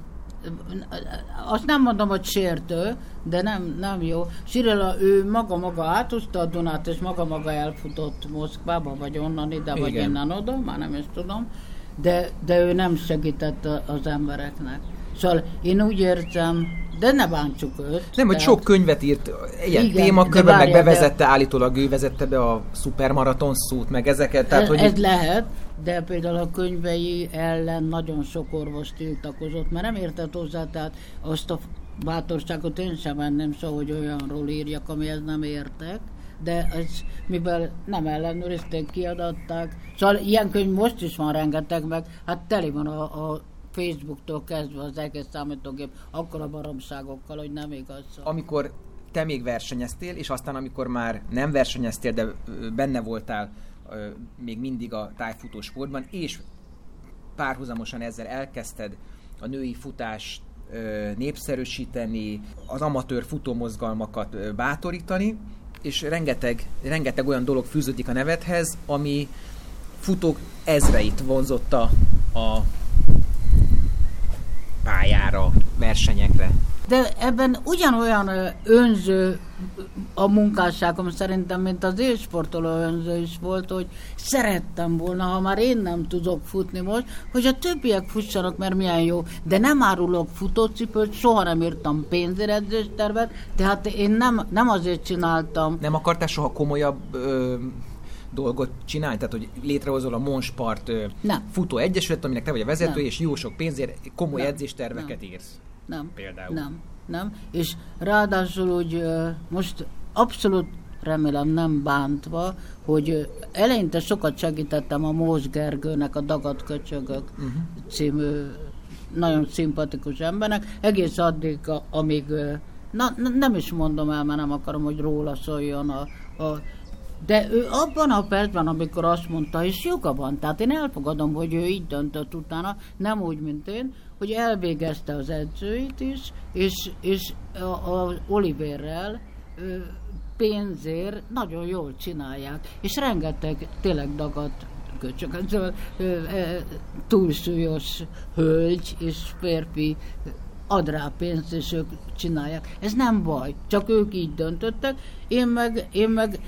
Azt nem mondom, hogy sértő, de nem, nem jó. Sirilla, ő maga-maga átúzta a Dunát, és maga-maga elfutott Moszkvába, vagy onnan ide, igen, vagy innen oda, már nem is tudom, de, de ő nem segített az embereknek. Szóval én úgy érzem, de ne bántsuk őt. Nem, hogy sok könyvet írt ilyen témakörben, meg bevezette, de... állítólag ő vezette be a szupermaraton szót, meg ezeket. Tehát, ez, hogy ez itt... lehet, de például a könyvei ellen nagyon sok orvos tiltakozott, mert nem értett hozzá, tehát azt a bátorságot én sem venném szó, hogy olyanról írjak, amihez nem értek, de ez, mivel nem ellenőrizték, kiadatták. Szóval ilyen könyv most is van rengeteg, meg hát teli van a, a Facebooktól kezdve az egész számítógép akkora baromságokkal, hogy nem igaz. Amikor te még versenyeztél, és aztán amikor már nem versenyeztél, de benne voltál még mindig a tájfutó sportban, és párhuzamosan ezzel elkezdted a női futást népszerűsíteni, az amatőr futómozgalmakat bátorítani, és rengeteg, rengeteg olyan dolog fűződik a nevedhez, ami futók ezreit vonzotta a pályára, versenyekre. De ebben ugyanolyan önző a munkásságom szerintem, mint az élsportoló önző is volt, hogy szerettem volna, ha már én nem tudok futni most, hogy a többiek fussanak, mert milyen jó, de nem árulok futócipőt, soha nem írtam pénzéredzéstervet, tehát én nem, nem azért csináltam. Nem akartál soha komolyabb ö, dolgot csinálni? Tehát, hogy létrehozol a Monspart ö, futó egyesület, aminek te vagy a vezető, nem. És jó sok pénzért komoly nem. edzésterveket nem. írsz. Nem. Például. Nem. Nem. És ráadásul úgy most abszolút remélem nem bántva, hogy eleinte sokat segítettem a Mós Gergőnek, a Dagadt Köcsögök uh-huh. című nagyon szimpatikus embernek, egész addig, amíg, na, nem is mondom el, mert nem akarom, hogy róla szóljon a, a de ő abban a percben, amikor azt mondta, és joga van, tehát én elfogadom, hogy ő így döntött utána, nem úgy, mint én, hogy elvégezte az edzőit is, és, és a, a Oliverrel pénzért nagyon jól csinálják, és rengeteg tényleg dagadt köcsög, túlsúlyos hölgy és férfi ad rá pénzt, és ők csinálják. Ez nem baj, csak ők így döntöttek, én meg, én meg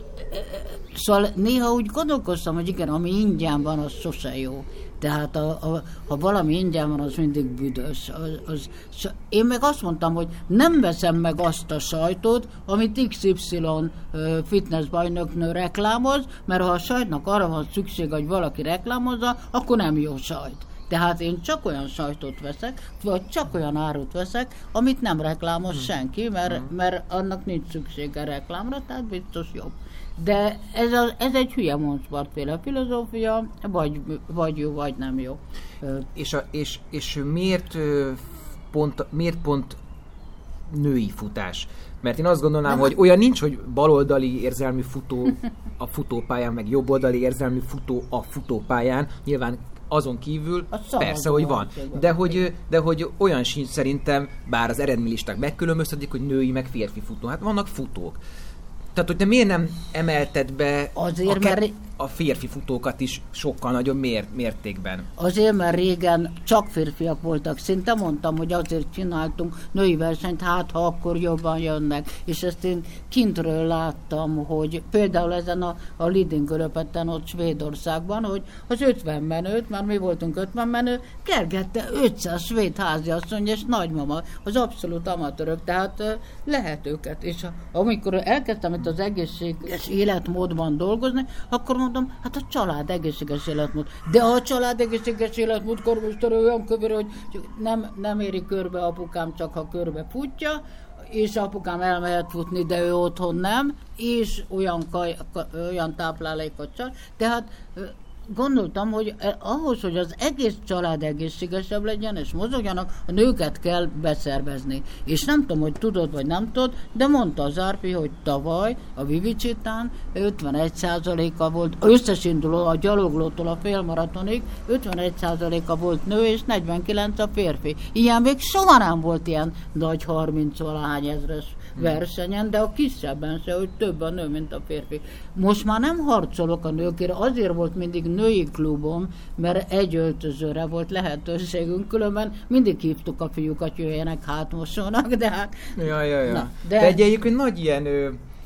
szóval néha úgy gondolkoztam, hogy igen, ami ingyen van, az sose jó. Tehát a, a, ha valami ingyen van, az mindig büdös. Az, az, én meg azt mondtam, hogy nem veszem meg azt a sajtot, amit iksz ipszilon fitnessbajnoknő reklámoz, mert ha a sajtnak arra van szükség, hogy valaki reklámozza, akkor nem jó sajt. Tehát én csak olyan sajtot veszek, vagy csak olyan árut veszek, amit nem reklámoz hmm. senki, mert, hmm. mert annak nincs szüksége reklámra, tehát biztos jobb. De ez, a, ez egy hülye Monspart-féle filozófia, vagy, vagy jó, vagy nem jó. És, a, és, és miért, pont, miért pont női futás? Mert én azt gondolnám, hogy olyan nincs, hogy baloldali érzelmű futó a futópályán, meg jobboldali érzelmű futó a futópályán. Nyilván azon kívül persze, hogy van. De hogy, de hogy olyan sincs szerintem, bár az eredménylisták megkülönböztetik, hogy női meg férfi futó. Hát vannak futók. Tehát, hogy te miért nem emelted be azért, a, ke- mert... a férfi futókat is sokkal nagyobb mér- mértékben? Azért, mert régen csak férfiak voltak. Szinte mondtam, hogy azért csináltunk női versenyt, hát ha akkor jobban jönnek. És ezt én kintről láttam, hogy például ezen a, a Lidingö-Röpetten ott Svédországban, hogy az ötven menőt, már mi voltunk ötven menő, kergette ötszáz svéd háziasszony és nagymama, az abszolút amatőrök, tehát lehet őket. És amikor elkezdtem itt az egészséges életmódban dolgozni, akkor mondom, hát a család egészséges életmód. De a család egészséges életmód karmester olyan kövér, hogy nem, nem éri körbe apukám, csak ha körbe futja, és apukám elmehet futni, de ő otthon nem, és olyan, kaj, olyan táplálékot csak. Tehát gondoltam, hogy ahhoz, hogy az egész család egészségesebb legyen, és mozogjanak, a nőket kell beszervezni. És nem tudom, hogy tudod, vagy nem tudod, de mondta az Árpi, hogy tavaly a Vivicsitán ötvenegy százaléka volt, összesinduló a gyaloglótól a félmaratonig, ötvenegy százaléka volt nő, és negyvenkilenc a férfi. Ilyen még soha nem volt ilyen nagy harminc-valahány ezres versenyen, de a kisebben se, hogy több a nő, mint a férfi. Most már nem harcolok a nőkért, azért volt mindig női klubom, mert egy öltözőre volt lehetőségünk, különben mindig hívtuk a fiúkat, jöjjenek hátmosónak, de hát... Ja, ja, ja. Na, de... de egy egyébként nagy ilyen ö,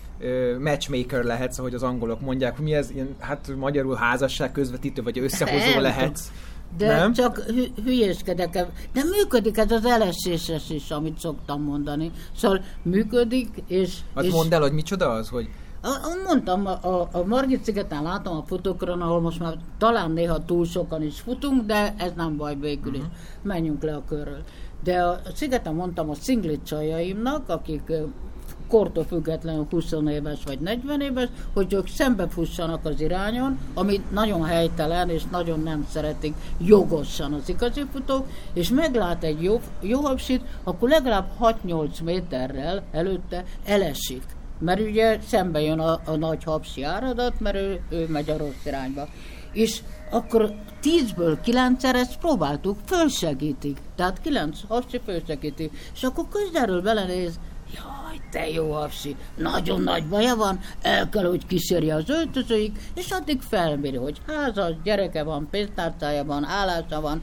ö, matchmaker lehetsz, ahogy az angolok mondják, mi ez, ilyen, hát magyarul házasság közvetítő, vagy összehozó lehetsz. De nem? csak hü- hülyéskedek. De működik ez az el es es-es is, amit szoktam mondani. Szóval működik, és... Azt és mondd el, hogy micsoda az, hogy... Mondtam, a, a, a Margit szigeten látom a futókron, ahol most már talán néha túl sokan is futunk, de ez nem baj végül is. Uh-huh. Menjünk le a körről. De a szigeten mondtam a szinglit csajaimnak, akik kortól függetlenül húsz éves vagy negyven éves, hogy ők szembefussanak az irányon, ami nagyon helytelen, és nagyon nem szeretik jogosan az igazi futók, és meglát egy jó, jó habsit, akkor legalább hat-nyolc méterrel előtte elesik. Mert ugye szembe jön a, a nagy habsi áradat, mert ő, ő megy a rossz irányba. És akkor tízből kilencszer ezt próbáltuk, fölsegítik. Tehát kilenc habsi fölsegítik. És akkor közelről belenéz, jaj, te jó habsi, nagyon nagy baja van, el kell, hogy kísérje az öltözőig, és addig felméri, hogy házas, gyereke van, pénztárcája van, állása van,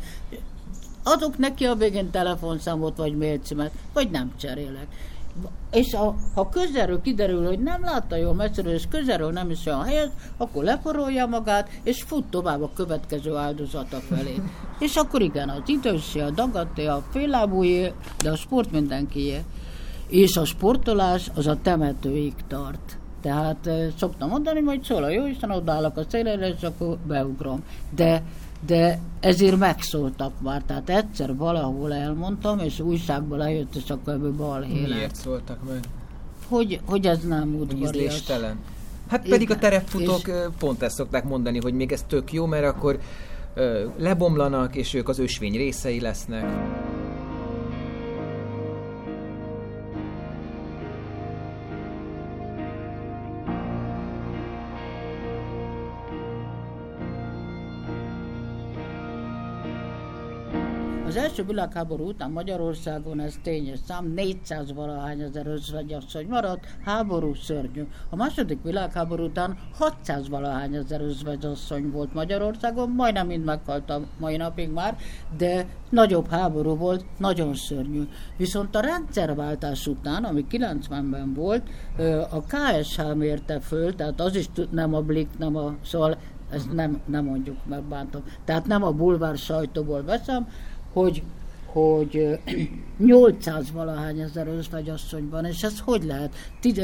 adok neki a végén telefonszámot, vagy mailcímet, vagy nem cserélek. És a, ha közelről kiderül, hogy nem látta jól messziről, és közelről nem is olyan helyet, akkor leporolja magát, és fut tovább a következő áldozata felé. És akkor igen, az idősé, a dagadté, a féllábújé, de a sport mindenkié. És a sportolás az a temetőig tart. Tehát szoktam mondani, hogy szól a jóisten, odaállok a szélére, és akkor beugrom. De de ezért megszóltak már, tehát egyszer valahol elmondtam, és újságból lejött, és akkor ebből balhé lett. Miért szóltak meg? hogy, hogy ez nem udvarias. Ízléstelen. Hát pedig igen, a terepfutók és... pont ezt szokták mondani, hogy még ez tök jó, mert akkor ö, lebomlanak, és ők az ösvény részei lesznek. Az első világháború után Magyarországon ez tényes szám, négyszáz valahány ezer özvegyasszony maradt, háború szörnyű. A második világháború után hatszáz valahány ezer özvegyasszony volt Magyarországon, majdnem mind meghalt a mai napig már, de nagyobb háború volt, nagyon szörnyű. Viszont a rendszerváltás után, ami kilencvenben volt, a ká es há mérte föl, tehát az is nem a Blick, nem a... Szóval ezt nem, nem mondjuk, mert bántom. Tehát nem a bulvár sajtóból veszem, hogy, hogy nyolcszáz valahány ezer özvegyasszonyban, és ez hogy lehet?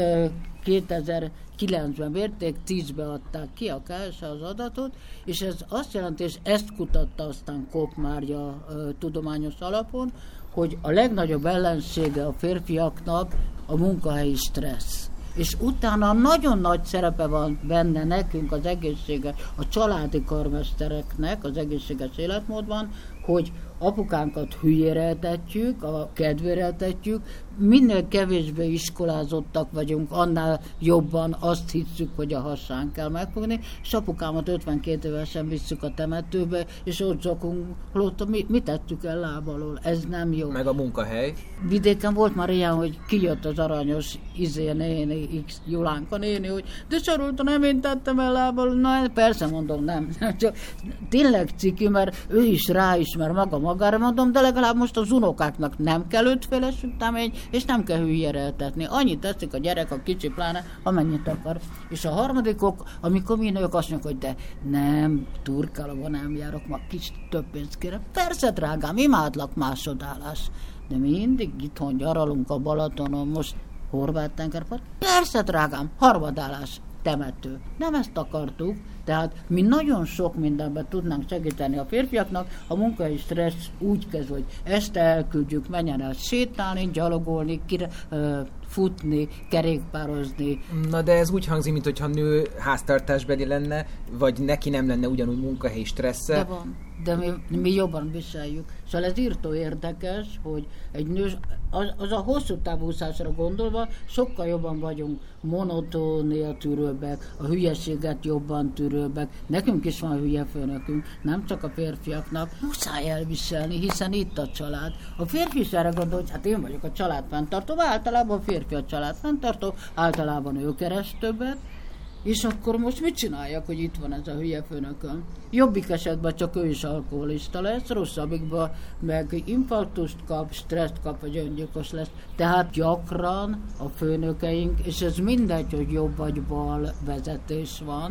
kétezer-kilencben mérték, tízbe adták ki a ká es há az adatot, és ez azt jelenti, és ezt kutatta aztán Kopp Mária tudományos alapon, hogy a legnagyobb ellensége a férfiaknak a munkahelyi stressz. És utána nagyon nagy szerepe van benne nekünk az egészséges, a családi karmestereknek az egészséges életmódban, hogy apukánkat hülyére etetjük, a kedvére etetjük, minél kevésbé iskolázottak vagyunk, annál jobban azt hiszük, hogy a hasán kell megfogni, és apukámat ötvenkét évesen visszük a temetőbe, és ott zokunk, mi, mit tettük el láb alól, ez nem jó. Meg a munkahely. Vidéken volt már ilyen, hogy kijött az aranyos izé néni, X, Julánka néni, hogy de Sarolta, nem én tettem el láb alól, na persze mondom, nem. Csak tényleg ciki, mert ő is ráismer maga magára, mondom, de legalább most az unokáknak nem kell ötféle sütemény, és nem kell hülyére etetni. Annyit teszik a gyerek, a kicsi pláne, amennyit akar. És a harmadikok, amikor mi nők azt mondjuk, hogy de nem, Turkálóban nem járok, ma kicsit több pénzt kérem. Persze, drágám, imádlak másodállás. De mi mindig itthon gyaralunk a Balatonon, most Horváth-tengerpart. Persze, drágám, harmadállás. Temető. Nem ezt akartuk, tehát mi nagyon sok mindenben tudnánk segíteni a férfiaknak, a munkai stressz úgy kezd, hogy este elküldjük, menjen el sétálni, gyalogolni, kire, uh, futni, kerékpározni. Na de ez úgy hangzik, mintha nő háztartásbeli lenne, vagy neki nem lenne ugyanúgy munkahelyi stressze. De van, de mi, mi jobban viseljük. Szóval ez írtó érdekes, hogy egy nő, az, az a hosszú távúszásra gondolva, sokkal jobban vagyunk monotónia tűrőbbek, a hülyeséget jobban tűrőbbek. Nekünk is van hülye főnökünk, nem csak a férfiaknak. Muszáj elviselni, hiszen itt a család. A férfi is erre gondol, hogy hát én vagyok a család fenntartó, általában a férfi a család fenntartó, általában ő keres többet, és akkor most mit csináljak, hogy itt van ez a hülye főnököm? Jobbik esetben csak ő is alkoholista lesz, rosszabbikban meg infarktust kap, stresszt kap, vagy öngyilkos lesz. Tehát gyakran a főnökeink, és ez mindegy, hogy jobb vagy bal vezetés van,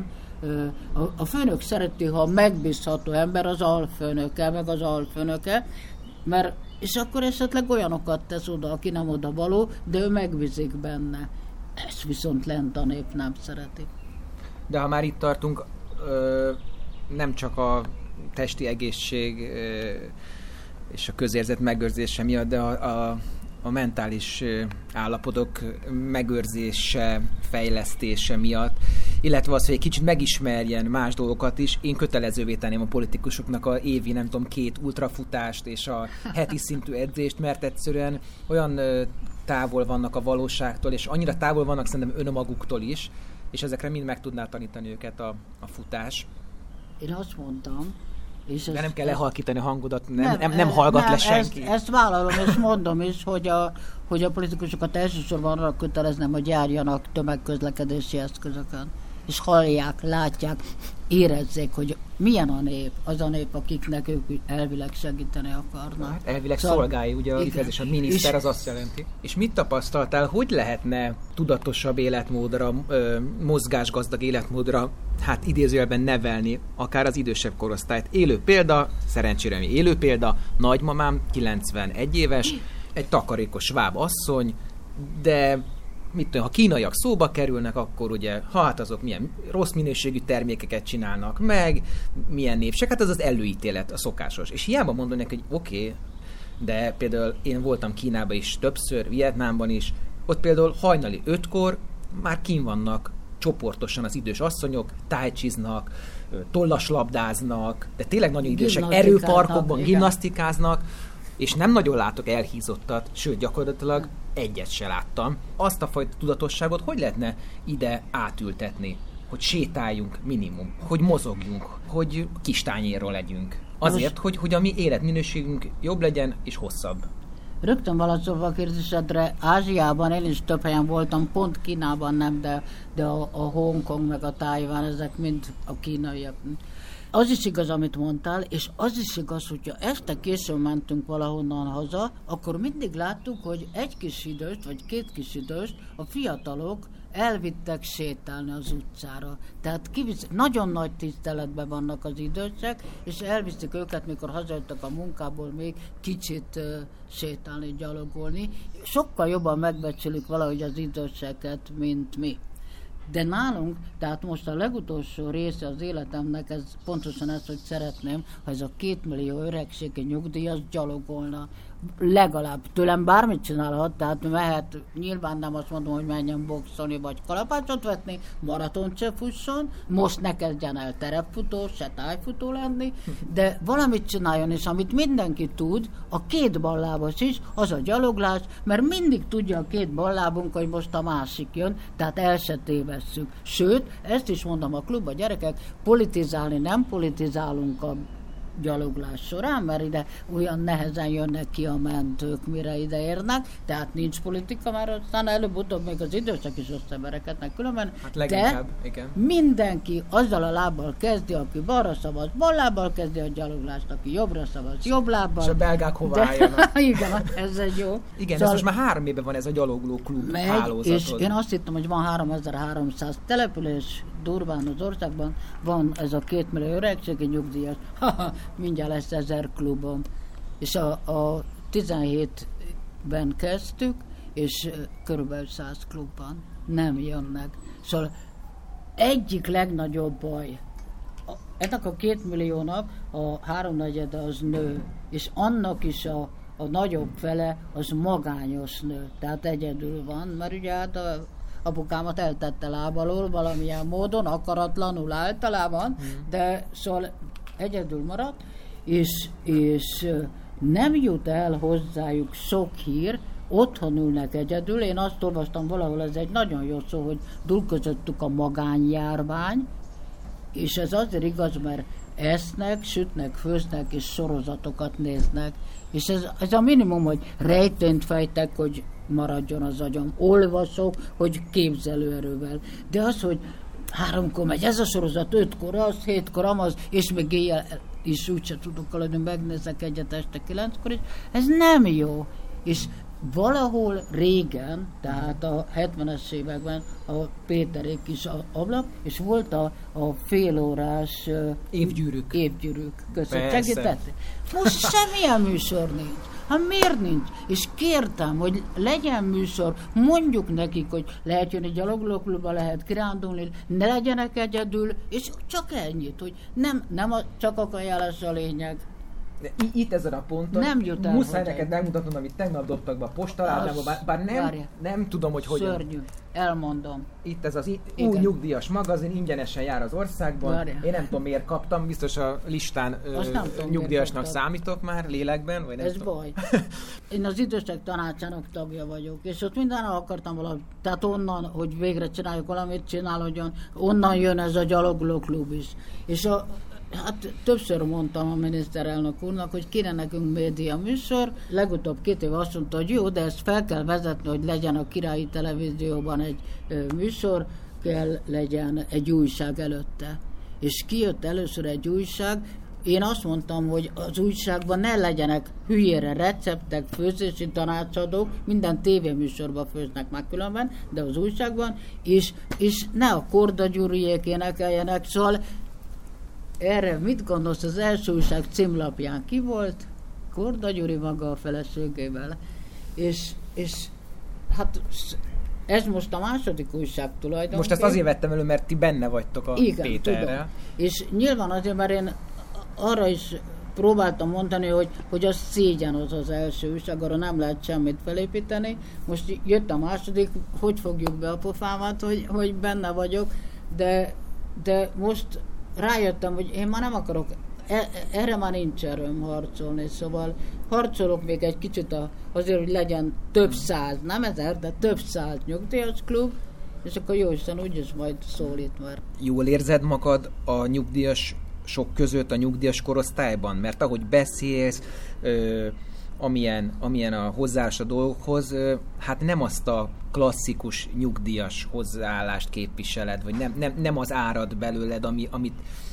a főnök szereti, ha megbízható ember az alfőnöke, meg az alfőnöke, mert és akkor esetleg olyanokat tesz oda, aki nem oda való, de ő megbízik benne. Ezt viszont lent a nép nem szereti. De ha már itt tartunk, ö, nem csak a testi egészség ö, és a közérzet megőrzése miatt, de a, a, a mentális állapotok megőrzése, fejlesztése miatt, illetve az, hogy egy kicsit megismerjen más dolgokat is. Én kötelezővé tenném a politikusoknak a évi, nem tudom, két ultrafutást és a heti szintű edzést, mert egyszerűen olyan távol vannak a valóságtól, és annyira távol vannak szerintem önmaguktól is, és ezekre mind meg tudná tanítani őket a, a futás. Én azt mondtam, és de ezt, nem kell lehalkítani a hangodat, nem, nem, nem, nem hallgat nem, le senki. Ezt, ezt vállalom, és mondom is, hogy a, hogy a politikusokat elsősorban arra köteleznem, hogy járjanak tömegközlekedési eszközökön. És hallják, látják, érezzék, hogy milyen a nép, az a nép, akiknek ők elvileg segíteni akarnak. Hát elvileg szóval, szolgálj, ugye a kifejezés a miniszter az azt jelenti. És mit tapasztaltál, hogy lehetne tudatosabb életmódra, ö, mozgásgazdag életmódra, hát idézőjelben nevelni, akár az idősebb korosztályt? Élő példa, szerencsére mi élő példa, nagymamám, kilencvenegy éves, egy takarékos sváb asszony, de mit tudom, ha kínaiak szóba kerülnek, akkor ugye, ha hát azok milyen rossz minőségű termékeket csinálnak meg, milyen népsek, hát ez az előítélet, a szokásos. És hiába mondom neki, hogy oké, okay, de például én voltam Kínában is többször, Vietnámban is, ott például hajnali ötkor már kín vannak csoportosan az idős asszonyok, tájcsiznak, tollaslabdáznak, de tényleg nagyon idősek, erőparkokban gimnasztikáznak, és nem nagyon látok elhízottat, sőt, gyakorlatilag egyet se láttam. Azt a fajta tudatosságot hogy lehetne ide átültetni? Hogy sétáljunk minimum, hogy mozogjunk, hogy kistányérról legyünk. Azért, hogy, hogy a mi életminőségünk jobb legyen és hosszabb. Rögtön válaszolva a kérdésedre, Ázsiában én is több helyen voltam, pont Kínában nem, de, de a, a Hongkong meg a Tájván, ezek mind a kínaiak. Az is igaz, amit mondtál, és az is igaz, hogyha este későn mentünk valahonnan haza, akkor mindig láttuk, hogy egy kis időst, vagy két kis időst a fiatalok elvittek sétálni az utcára. Tehát kivisz, nagyon nagy tiszteletben vannak az idősek, és elviszik őket, mikor hazajöttek a munkából még kicsit uh, sétálni, gyalogolni. Sokkal jobban megbecsülik valahogy az időseket, mint mi. De nálunk, tehát most a legutolsó része az életemnek, ez pontosan ez, hogy szeretném, ha ez a két millió öregségi nyugdíjas gyalogolna. Legalább tőlem bármit csinálhat, tehát mehet, nyilván nem azt mondom, hogy menjen boxolni, vagy kalapácsot vetni, maratont se fusson, most ne kezdjen el terepfutó, se tájfutó lenni, de valamit csináljon, és amit mindenki tud, a két ballábos is, az a gyaloglás, mert mindig tudja a két ballábunk, hogy most a másik jön, tehát el se tévesszük. Sőt, ezt is mondom a klubba, gyerekek, politizálni nem politizálunk a gyaloglás során, mert ide olyan nehezen jönnek ki a mentők, mire ide érnek, tehát nincs politika, már aztán előbb-utóbb még az idősek is összeverekednek különben, hát leginkább, de igen. Mindenki azzal a lábbal kezdi, aki balra szavaz, bal lábbal kezdi a gyaloglást, aki jobbra szavaz, jobb lábbal. És a belgák hová álljanak. Igen, ez egy jó. Igen, szóval ez most már három éve van ez a gyalogló klub megy, hálózatod. És én azt hittem, hogy van háromezer-háromszáz település durván az országban, van ez a két millió öregségi nyugdíjas, mindjárt lesz ezer klubom. És a, a tizenhétben kezdtük, és körülbelül száz klubban nem jönnek. Szóval egyik legnagyobb baj, a, ennek a két milliónak a háromnegyede az nő, és annak is a, a nagyobb fele az magányos nő, tehát egyedül van, mert ugye hát a apukámat eltette lábalól valamilyen módon, akaratlanul általában, hmm. de szóval egyedül maradt, és, és nem jut el hozzájuk sok hír, otthon ülnek egyedül. Én azt olvastam valahol, ez egy nagyon jó szó, hogy dúl közöttük a magánjárvány, és ez azért igaz, mert esznek, sütnek, főznek, és sorozatokat néznek. És ez, ez a minimum, hogy rejtényt fejtek, hogy maradjon az agyam. Olvasok, hogy képzelőerővel. De az, hogy háromkor megy ez a sorozat, ötkor az, hétkor amaz, és még éjjel is úgyse tudok aladni, megnézek egyet este kilenckor is, ez nem jó. És valahol régen, tehát a hetvenes években a Péterék is a ablak, és volt a, a félórás uh, évgyűrűk. Évgyűrűk között. Segített? Most semmilyen műsor nincs. Hát miért nincs? És kértem, hogy legyen műsor, mondjuk nekik, hogy lehet jönni gyaloglóklubba, lehet kirándulni, ne legyenek egyedül, és csak ennyit, hogy nem, nem a, csak a kajálás a lényeg. De itt ezen a ponton nem jut el, muszáj neked megmutatnom, amit tegnap dobtak be a postaládába, bár, bár nem, nem tudom, hogy hogyan. Szörnyű, elmondom. Itt ez az új nyugdíjas magazin, ingyenesen jár az országban. Várja. Én nem tudom, miért kaptam, biztos a listán ö, tudom, nyugdíjasnak számítok már, lélekben, vagy nem ez tudom. baj. Én az idősek tanácsának tagja vagyok, és ott minden akartam valamit. Tehát onnan, hogy végre csináljuk valamit, csinálódjon, onnan jön ez a gyaloglóklub is. És a Hát többször mondtam a miniszterelnök úrnak, hogy kéne nekünk média műsor. Legutóbb két év azt mondta, hogy jó, de ezt fel kell vezetni, hogy legyen a Királyi Televízióban egy ö, műsor, kell legyen egy újság előtte. És kijött először egy újság, én azt mondtam, hogy az újságban ne legyenek hülyére receptek, főzési tanácsadók, minden tévéműsorban főznek már különben, de az újságban, és, és ne a Korda Gyuriék énekeljenek, szóval erre mit gondolsz, az első újság címlapján ki volt? Korda Gyuri maga a feleségével. És, és hát ez most a második újság tulajdonképpen. Most ezt azért vettem elő, mert ti benne vagytok a igen, Péterrel. Tudom. És nyilván azért, mert én arra is próbáltam mondani, hogy, hogy az szégyen az az első újság, arra nem lehet semmit felépíteni. Most jött a második, hogy fogjuk be a pofámat, hogy, hogy benne vagyok, de, de most rájöttem, hogy én már nem akarok, e, erre már nincs erőm harcolni, szóval harcolok még egy kicsit a, azért, hogy legyen több száz, nem ezer, de több száz nyugdíjas klub, és akkor jó Isten úgyis majd szólít már. Jól érzed magad a nyugdíjas sok között a nyugdíjas korosztályban? Mert ahogy beszélsz, ö, amilyen, amilyen a hozzáállás a dolgokhoz, ö, hát nem azt a klasszikus nyugdíjas hozzáállást képviseled, vagy nem, nem, nem az árad belőled, ami, amit,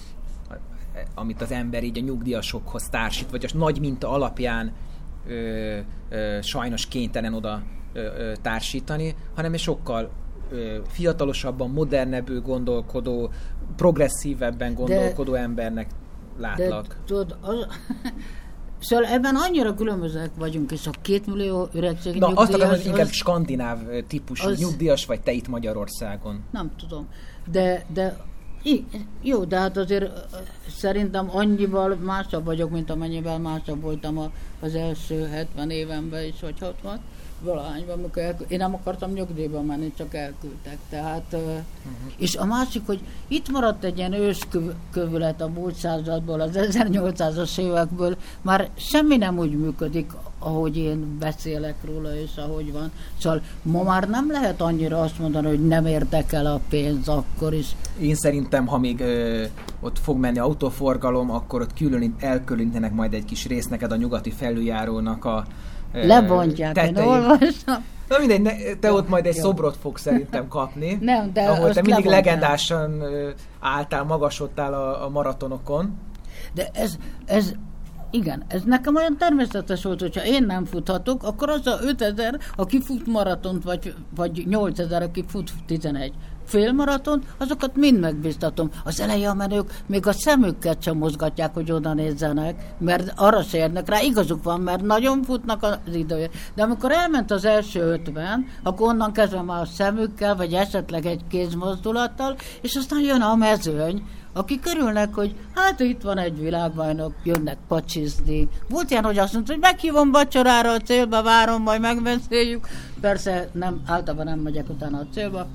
amit az ember így a nyugdíjasokhoz társít, vagy a nagy minta alapján ö, ö, sajnos kénytelen oda ö, ö, társítani, hanem egy sokkal ö, fiatalosabban, modernebbül gondolkodó, progresszívebben gondolkodó de, embernek látlak. De tudod, az, szóval ebben annyira különbözőek vagyunk, és a két millió öregség nyugdíjas... Na, azt akarom, hogy inkább az, skandináv típusú az, nyugdíjas vagy te itt Magyarországon. Nem tudom, de, de jó, de hát azért szerintem annyival másabb vagyok, mint amennyivel másabb voltam az első hetven évenben is, vagy hatvan valahányban, amikor elkü- én nem akartam nyugdíjba menni, csak elküldtek. Tehát, uh-huh. És a másik, hogy itt maradt egy ilyen őskövület a múlt századból, az ezernyolcszázas évekből, már semmi nem úgy működik, ahogy én beszélek róla, és ahogy van. Szóval ma már nem lehet annyira azt mondani, hogy nem érdekel a pénz akkor is. Én szerintem, ha még ö, ott fog menni autóforgalom, akkor ott külön elkülönítenek majd egy kis részt neked a nyugati felüljárónak a lebontják, én olvasom. Na mindegy, ne, te jó, ott majd egy jó. szobrot fogsz szerintem kapni, nem, de ahol te mindig lebontják. legendásan álltál, magasodtál a, a maratonokon. De ez, ez, igen, ez nekem olyan természetes volt, hogyha én nem futhatok, akkor az a ötezer, aki fut maratont, vagy, vagy nyolcezer, aki fut tizenegy félmaratont, azokat mind megbíztatom. Az eleje a menők még a szemüket sem mozgatják, hogy oda nézzenek, mert arra se érnek rá. Igazuk van, mert nagyon futnak az idője. De amikor elment az első ötven, akkor onnan kezdve már a szemükkel, vagy esetleg egy kézmozdulattal, és aztán jön a mezőny, akik körülnek, hogy hát itt van egy világbajnok, jönnek pacsizni. Volt ilyen, hogy azt mondta, hogy meghívom vacsorára a célba, várom, majd megbeszéljük. Persze nem, általában nem megyek utána a célba.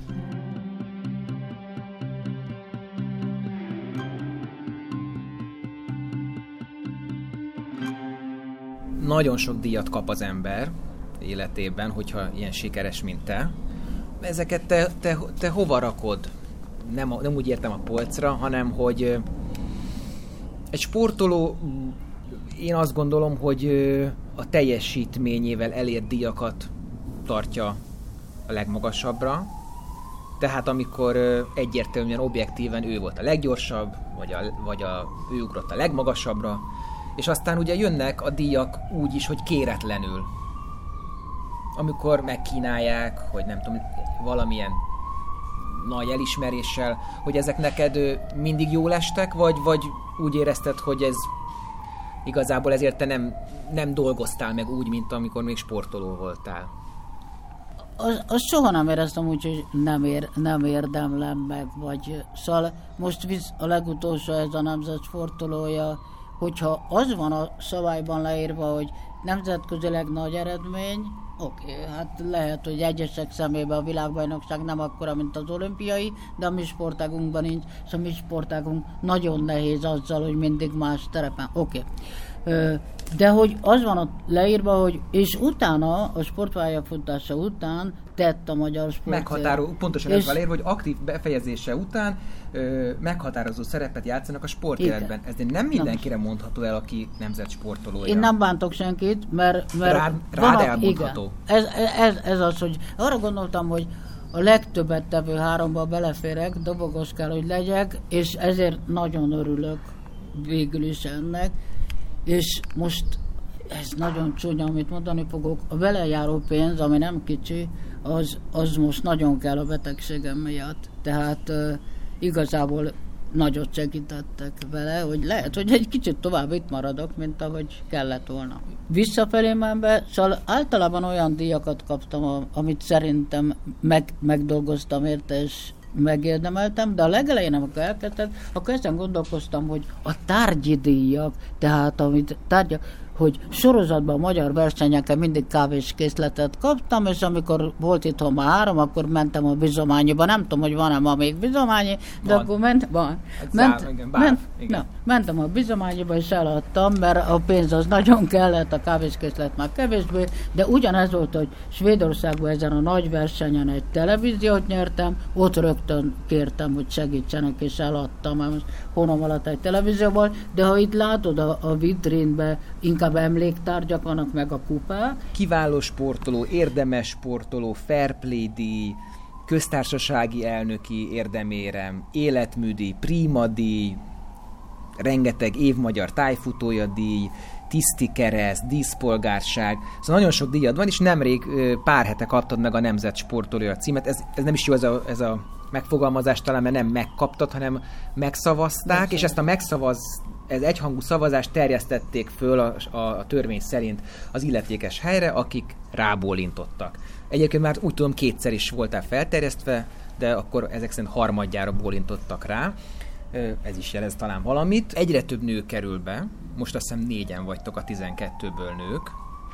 Nagyon sok díjat kap az ember életében, hogyha ilyen sikeres, mint te. Ezeket te, te, te hova rakod? Nem, nem úgy értem a polcra, hanem hogy egy sportoló, én azt gondolom, hogy a teljesítményével elért díjakat tartja a legmagasabbra. Tehát amikor egyértelműen, objektíven ő volt a leggyorsabb, vagy, a, vagy a, ő ugrott a legmagasabbra, és aztán ugye jönnek a díjak úgy is, hogy kéretlenül. Amikor megkínálják, hogy nem tudom, valamilyen nagy elismeréssel, hogy ezek neked mindig jól estek, vagy, vagy úgy érezted, hogy ez igazából ezért te nem, nem dolgoztál meg úgy, mint amikor még sportoló voltál? Az, az soha nem éreztem úgy, hogy nem, ér, nem érdemlem meg, vagy szóval most visz a legutolsó ez a nemzet sportolója, hogyha az van a szabályban leírva, hogy nemzetközileg nagy eredmény, oké, okay, hát lehet, hogy egyesek szemében a világbajnokság nem akkora, mint az olimpiai, de a mi sportágunkban nincs, és a mi sportágunk nagyon nehéz azzal, hogy mindig más terepen, oké. Okay. De hogy az van ott leírva, hogy és utána, a sportpályafutása után tett a magyar sport. Meghatározó, pontosan ez van leírva, hogy aktív befejezése után ö, meghatározó szerepet játszanak a sportéletben. Ez nem mindenkire mondható el, aki nemzet sportolója. Én nem bántok senkit, mert... mert rád rád elmondható. Ez, ez, ez az, hogy arra gondoltam, hogy a legtöbbet tevő háromba beleférek, dobogos kell, hogy legyek, és ezért nagyon örülök végül is ennek. És most ez nagyon csúnya, amit mondani fogok, a vele járó pénz, ami nem kicsi, az, az most nagyon kell a betegségem miatt. Tehát uh, igazából nagyot segítettek vele, hogy lehet, hogy egy kicsit tovább itt maradok, mint ahogy kellett volna. Visszafelé menve, szóval általában olyan díjakat kaptam, amit szerintem meg, megdolgoztam érte, és megérdemeltem, de a legelején, amikor elkezdtem, akkor ezen gondolkoztam, hogy a tárgyi díjak, tehát amit tárgyak, hogy sorozatban a magyar versenyeken mindig kávéskészletet kaptam, és amikor volt itthon már három, akkor mentem a bizományiba. Nem tudom, hogy van-e ma még bizományi, de van. Akkor ment, van. Ment, Zár, igen, bár, ment, igen. Na, mentem a bizományiba, és eladtam, mert a pénz az nagyon kellett, a kávéskészlet már kevésbé, de ugyanez volt, hogy Svédországban ezen a nagy versenyen egy televíziót nyertem, ott rögtön kértem, hogy segítsenek, és eladtam, mert most hónap alatt egy televízióból, de ha itt látod a, a vitrínbe, inkább emléktárgyak vannak, meg a kupák. Kiváló sportoló, érdemes sportoló, fair play díj, köztársasági elnöki érdemérem, életműdíj, Prima díj, rengeteg évmagyar tájfutója díj, tiszti kereszt, díszpolgárság. Szóval nagyon sok díjad van, és nemrég pár hete kaptad meg a nemzet sportolója címet. Ez, ez nem is jó ez a, ez a megfogalmazás talán, mert nem megkaptad, hanem megszavazták, Megszavaz. És ezt a megszavaz ez egyhangú szavazást terjesztették föl a, a, a törvény szerint az illetékes helyre, akik rábólintottak. Egyébként már úgy tudom, kétszer is voltál felterjesztve, de akkor ezek szerint harmadjára bólintottak rá. Ez is jelez talán valamit. Egyre több nő kerül be, most azt hiszem négyen vagytok a tizenkettőből nők.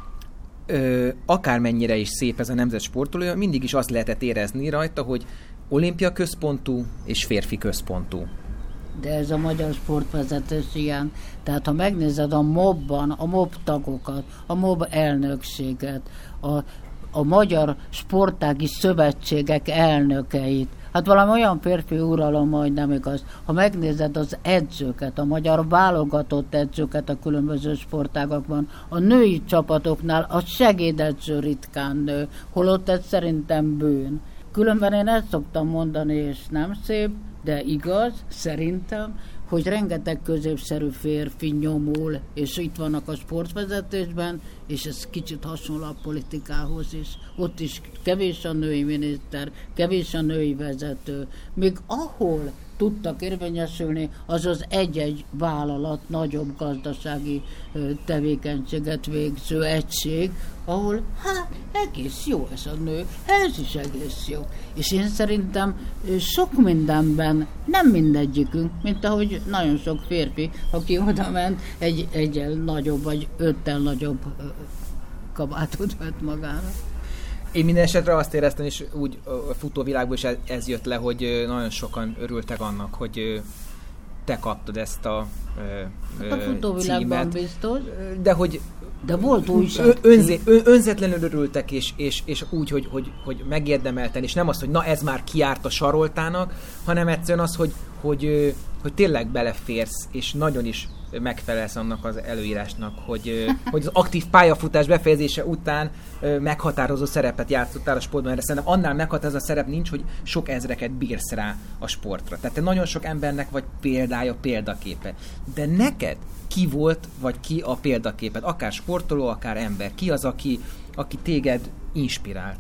Ö, akármennyire is szép ez a nemzet sportolója, mindig is azt lehetett érezni rajta, hogy olimpia központú és férfi központú. De ez a magyar sportvezetés ilyen. Tehát ha megnézed a mobban, a mob tagokat, a mob elnökséget, a, a magyar sportági szövetségek elnökeit, hát valami olyan férfi uralom, majd nem igaz. Ha megnézed az edzőket, a magyar válogatott edzőket a különböző sportágakban, a női csapatoknál a segédedző ritkán nő, holott ez szerintem bűn. Különben én ezt szoktam mondani, és nem szép, de igaz, szerintem, hogy rengeteg középszerű férfi nyomul, és itt vannak a sportvezetésben, és ez kicsit hasonló a politikához is. Ott is kevés a női miniszter, kevés a női vezető. Még ahol tudtak érvényesülni, az az egy-egy vállalat, nagyobb gazdasági tevékenységet végző egység, ahol hát egész jó ez a nő, ez is egész jó. És én szerintem sok mindenben, nem mindegyikünk, mint ahogy nagyon sok férfi, aki oda ment, egy egyel nagyobb, vagy öttel nagyobb kabátot vett magára. Én minden esetre azt éreztem, és úgy a futóvilágból is ez jött le, hogy nagyon sokan örültek annak, hogy te kaptad ezt a, a futóvilágban biztos. De hogy de volt újság. Önzé, ön, önzetlenül örültek, és, és, és úgy, hogy, hogy, hogy megérdemelten, és nem az, hogy na ez már kiárt a Saroltának, hanem egyszerűen az, hogy, hogy, hogy tényleg beleférsz, és nagyon is megfelelsz annak az előírásnak, hogy, hogy az aktív pályafutás befejezése után meghatározó szerepet játszottál a sportban, mert szerintem annál meghatározó szerep nincs, hogy sok ezreket bírsz rá a sportra. Tehát te nagyon sok embernek vagy példája, példaképe. De neked ki volt, vagy ki a példaképed? Akár sportoló, akár ember. Ki az, aki, aki téged inspirált?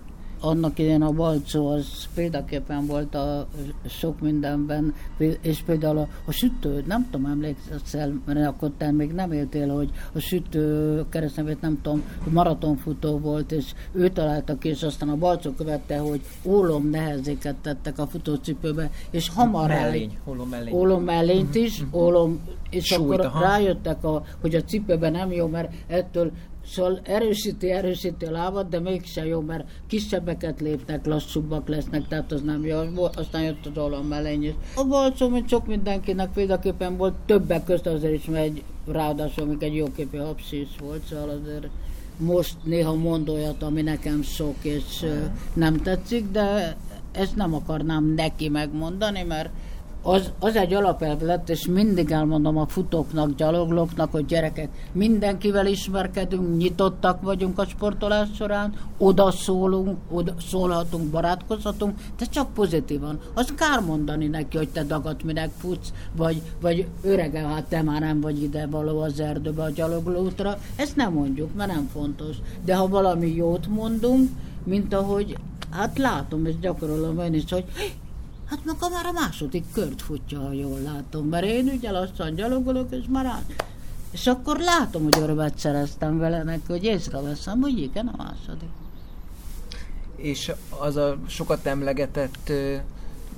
Annak idején a Balczó az példaképpen volt a sok mindenben, és például a, a sütő, nem tudom, emlékszel, mert akkor te még nem éltél, hogy a sütő keresztnevét nem tudom, maratonfutó volt, és ő találta ki, és aztán a Balczó követte, hogy ólom nehezéket tettek a futócipőbe, és hamar mellény, ólom mellény. Ólom mellényt is, ólom, és Súlyt, akkor aha. rájöttek, a, hogy a cipőben nem jó, mert ettől szóval erősíti, erősíti a lábat, de mégsem jó, mert kisebbeket lépnek, lassúbbak lesznek, tehát az nem jó. Aztán jött az ólom mellény is. A Balczó, mint sok mindenkinek példaképpen volt, többek közt azért is megy, ráadásul még egy jóképű hapsi is volt, szóval azért most néha mond olyat, ami nekem sok és nem tetszik, de ezt nem akarnám neki megmondani, mert Az, az egy alapelv lett, és mindig elmondom a futóknak, gyaloglóknak, hogy gyerekek, mindenkivel ismerkedünk, nyitottak vagyunk a sportolás során, oda szólunk, oda szólhatunk, barátkozhatunk, de csak pozitívan. Az kár mondani neki, hogy te dagat minek futsz, vagy, vagy örege, hát te már nem vagy ide való az erdőbe a gyaloglótra. Ezt nem mondjuk, mert nem fontos. De ha valami jót mondunk, mint ahogy, hát látom, és gyakorolom én is, hogy hát maga már a második kört futja, ha jól látom, mert én ugye lassan gyalogolok, és már át. És akkor látom, hogy örömet szereztem vele neki, hogy észreveszem, hogy igen, a második. És az a sokat emlegetett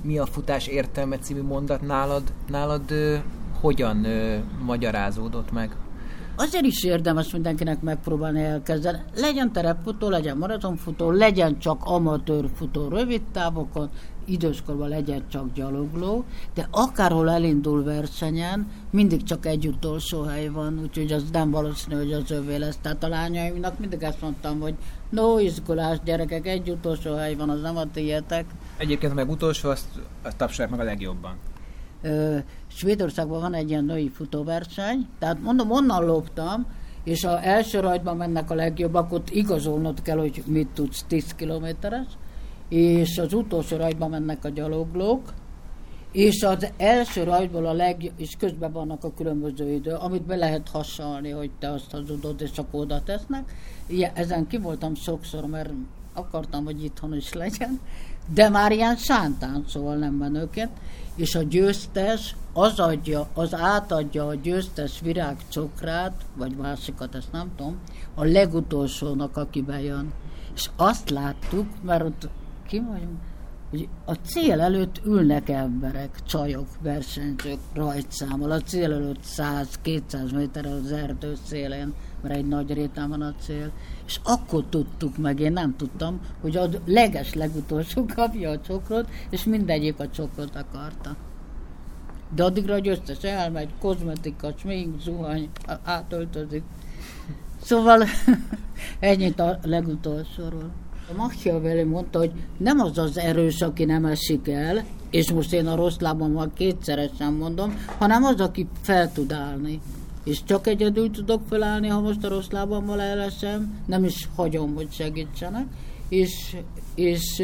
Mi a futás értelme című mondat nálad, nálad ö, hogyan ö, magyarázódott meg? Azért is érdemes mindenkinek megpróbálni elkezdeni. Legyen terepfutó, legyen maratonfutó, legyen csak amatőr futó rövid távokon, időskorban legyen csak gyalogló, de akárhol elindul versenyen, mindig csak egy utolsó hely van, úgyhogy az nem valószínű, hogy az övé lesz. Tehát a lányaimnak mindig azt mondtam, hogy no izgulás gyerekek, egy utolsó hely van, az nem a tiétek. Egyébként meg utolsó, azt, azt tapsolják meg a legjobban. Ö, Svédországban van egy ilyen női futóverseny, tehát mondom, onnan loptam, és az első rajtban mennek a legjobbak, ott igazolnod kell, hogy mit tudsz, tíz kilométeres, és az utolsó rajtban mennek a gyaloglók, és az első rajtból a legjobb, és közben vannak a különböző idő, amit be lehet hasonlni, hogy te azt hazudod, és akkor oda tesznek. Ilyen, ezen ki voltam sokszor, mert akartam, hogy itthon is legyen, de már ilyen sántán, szóval nem menőként, és a győztes az adja, az átadja a győztes virágcsokrát, vagy másikat, ezt nem tudom, a legutolsónak, aki bejön. És azt láttuk, mert ott ki vagyunk, hogy a cél előtt ülnek emberek, csajok, versenyzők rajtszámmal, a cél előtt száz-kétszáz méter az erdő szélén, mert egy nagy réten van a cél, és akkor tudtuk meg, én nem tudtam, hogy a leges legutolsó kapja a csokrot, és mindegyik a csokrot akarta. De addigra a győztes elmegy, kozmetika, smink, zuhany, átöltözik. Szóval ennyit a legutolsóról. A Machiavelli mondta, hogy nem az az erős, aki nem esik el, és most én a rossz lábammal kétszeresen mondom, hanem az, aki fel tud állni. És csak egyedül tudok felállni, ha most a rossz lábammal elesem, nem is hagyom, hogy segítsenek, és, és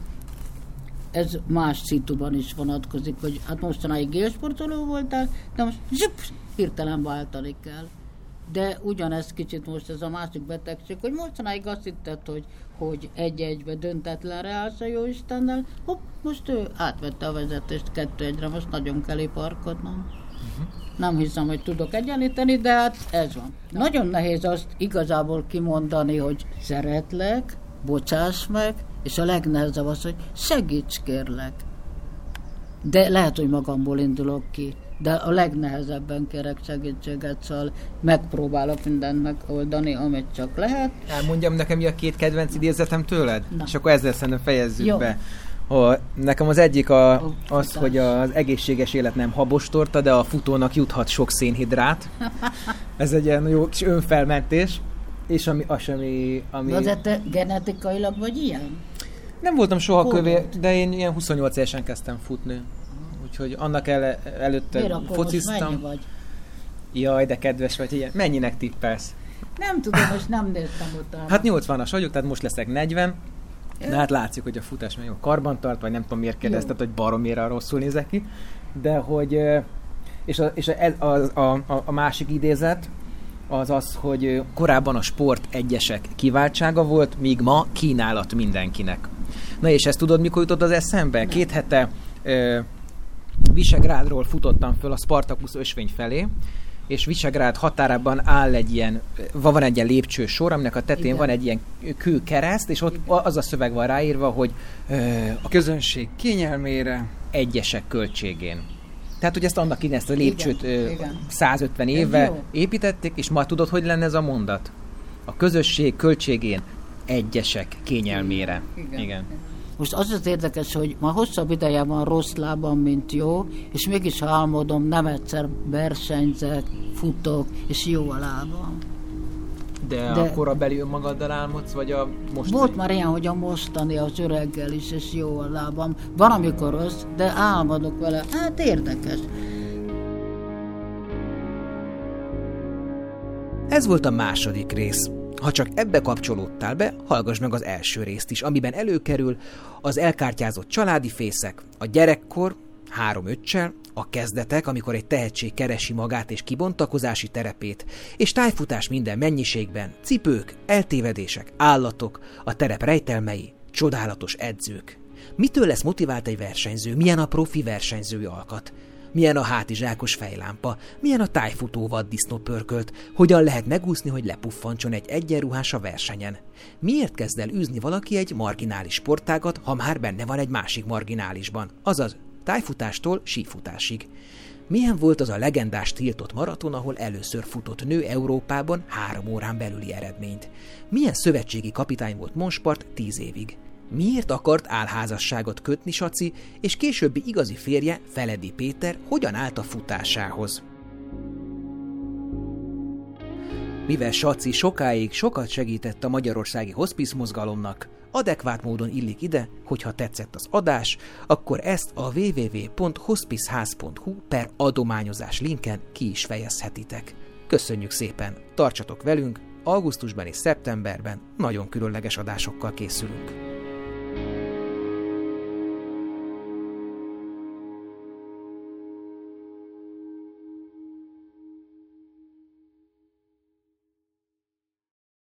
ez más szituban is vonatkozik, hogy hát mostanáig élsportoló voltál, de most zsup, hirtelen váltani kell. De ugyanez kicsit most ez a másik betegség, hogy mostanáig azt hitted, hogy, hogy egy-egybe döntetlenre állsz a Jóistennel, hopp, most ő átvette a vezetést kettő-egyre, most nagyon kell iparkodnom. Uh-huh. Nem hiszem, hogy tudok egyenlíteni, de hát ez van. Ja. Nagyon nehéz azt igazából kimondani, hogy szeretlek, bocsáss meg, és a legnehezebb az, hogy segíts kérlek. De lehet, hogy magamból indulok ki, de a legnehezebben kérek segítséget, szóval megpróbálok mindent megoldani, amit csak lehet. Elmondjam nekem, mi a két kedvenc idézetem tőled? Na. És akkor ezzel szerintem fejezzük Jó. be. Ha, nekem az egyik a, az, hogy az egészséges élet nem habostorta, de a futónak juthat sok szénhidrát. Ez egy ilyen jó kis önfelmentés. És ami... Az, ami, ami... De te genetikailag vagy ilyen? Nem voltam soha Hol kövér, volt? De én ilyen huszonnyolc évesen kezdtem futni. Úgyhogy annak el, előtte Miért akkor fociztam. Most mennyi vagy? Jaj, de kedves vagy, ilyen. Mennyinek tippelsz? Nem tudom, most nem néztem utána. Hát nyolcvanas vagyok, tehát most leszek negyven. De hát látszik, hogy a futás meg jó karban-tart, vagy nem tudom miért kérdezted, hogy baromira rosszul nézek ki. De hogy... És a, és a, a, a, a másik idézet az az, hogy korábban a sport egyesek kiváltsága volt, míg ma kínálat mindenkinek. Na és ezt tudod, mikor jutott az eszembe? Nem. Két hete ö, Visegrádról futottam föl a Spartakusz ösvény felé, és Visegrád határában áll egy ilyen, van egy ilyen lépcsősor, aminek a tetején Igen. van egy ilyen kőkereszt, és ott Igen. az a szöveg van ráírva, hogy ö, a közönség kényelmére egyesek költségén. Tehát, hogy ezt annak idején, ezt a lépcsőt Igen. Ö, százötven éve építették, és ma tudod, hogy lenne ez a mondat? A közösség költségén egyesek kényelmére. Igen. Igen. Most az az érdekes, hogy már hosszabb ideje van rossz lábam, mint jó, és mégis ha álmodom, nem egyszer versenyzek, futok, és jó a lábam. De, De a korabeli önmagaddal álmodsz, vagy a mostani? Volt már ilyen, hogy a mostani, az öreggel is, és jó a lábam. Van, amikor rossz, de álmodok vele. Hát érdekes. Ez volt a második rész. Ha csak ebbe kapcsolódtál be, hallgass meg az első részt is, amiben előkerül az elkártyázott családi fészek, a gyerekkor, három öccsel, a kezdetek, amikor egy tehetség keresi magát és kibontakozási terepét, és tájfutás minden mennyiségben, cipők, eltévedések, állatok, a terep rejtelmei, csodálatos edzők. Mitől lesz motivált egy versenyző? Milyen a profi versenyzői alkat? Milyen a hátizsákos fejlámpa, milyen a tájfutó vaddisznó pörkölt, hogyan lehet megúszni, hogy lepuffancson egy egyenruhás a versenyen. Miért kezd el űzni valaki egy marginális sportágat, ha már benne van egy másik marginálisban, azaz tájfutástól sífutásig. Milyen volt az a legendás tiltott maraton, ahol először futott nő Európában három órán belüli eredményt? Milyen szövetségi kapitány volt Monspart tíz évig? Miért akart álházasságot kötni Saci, és későbbi igazi férje, Feledi Péter hogyan állt a futásához? Mivel Saci sokáig sokat segített a magyarországi hospice mozgalomnak, adekvát módon illik ide, hogyha tetszett az adás, akkor ezt a double-u double-u double-u pont hospiceház pont hu per adományozás linken ki is fejezhetitek. Köszönjük szépen, tartsatok velünk, augusztusban és szeptemberben nagyon különleges adásokkal készülünk.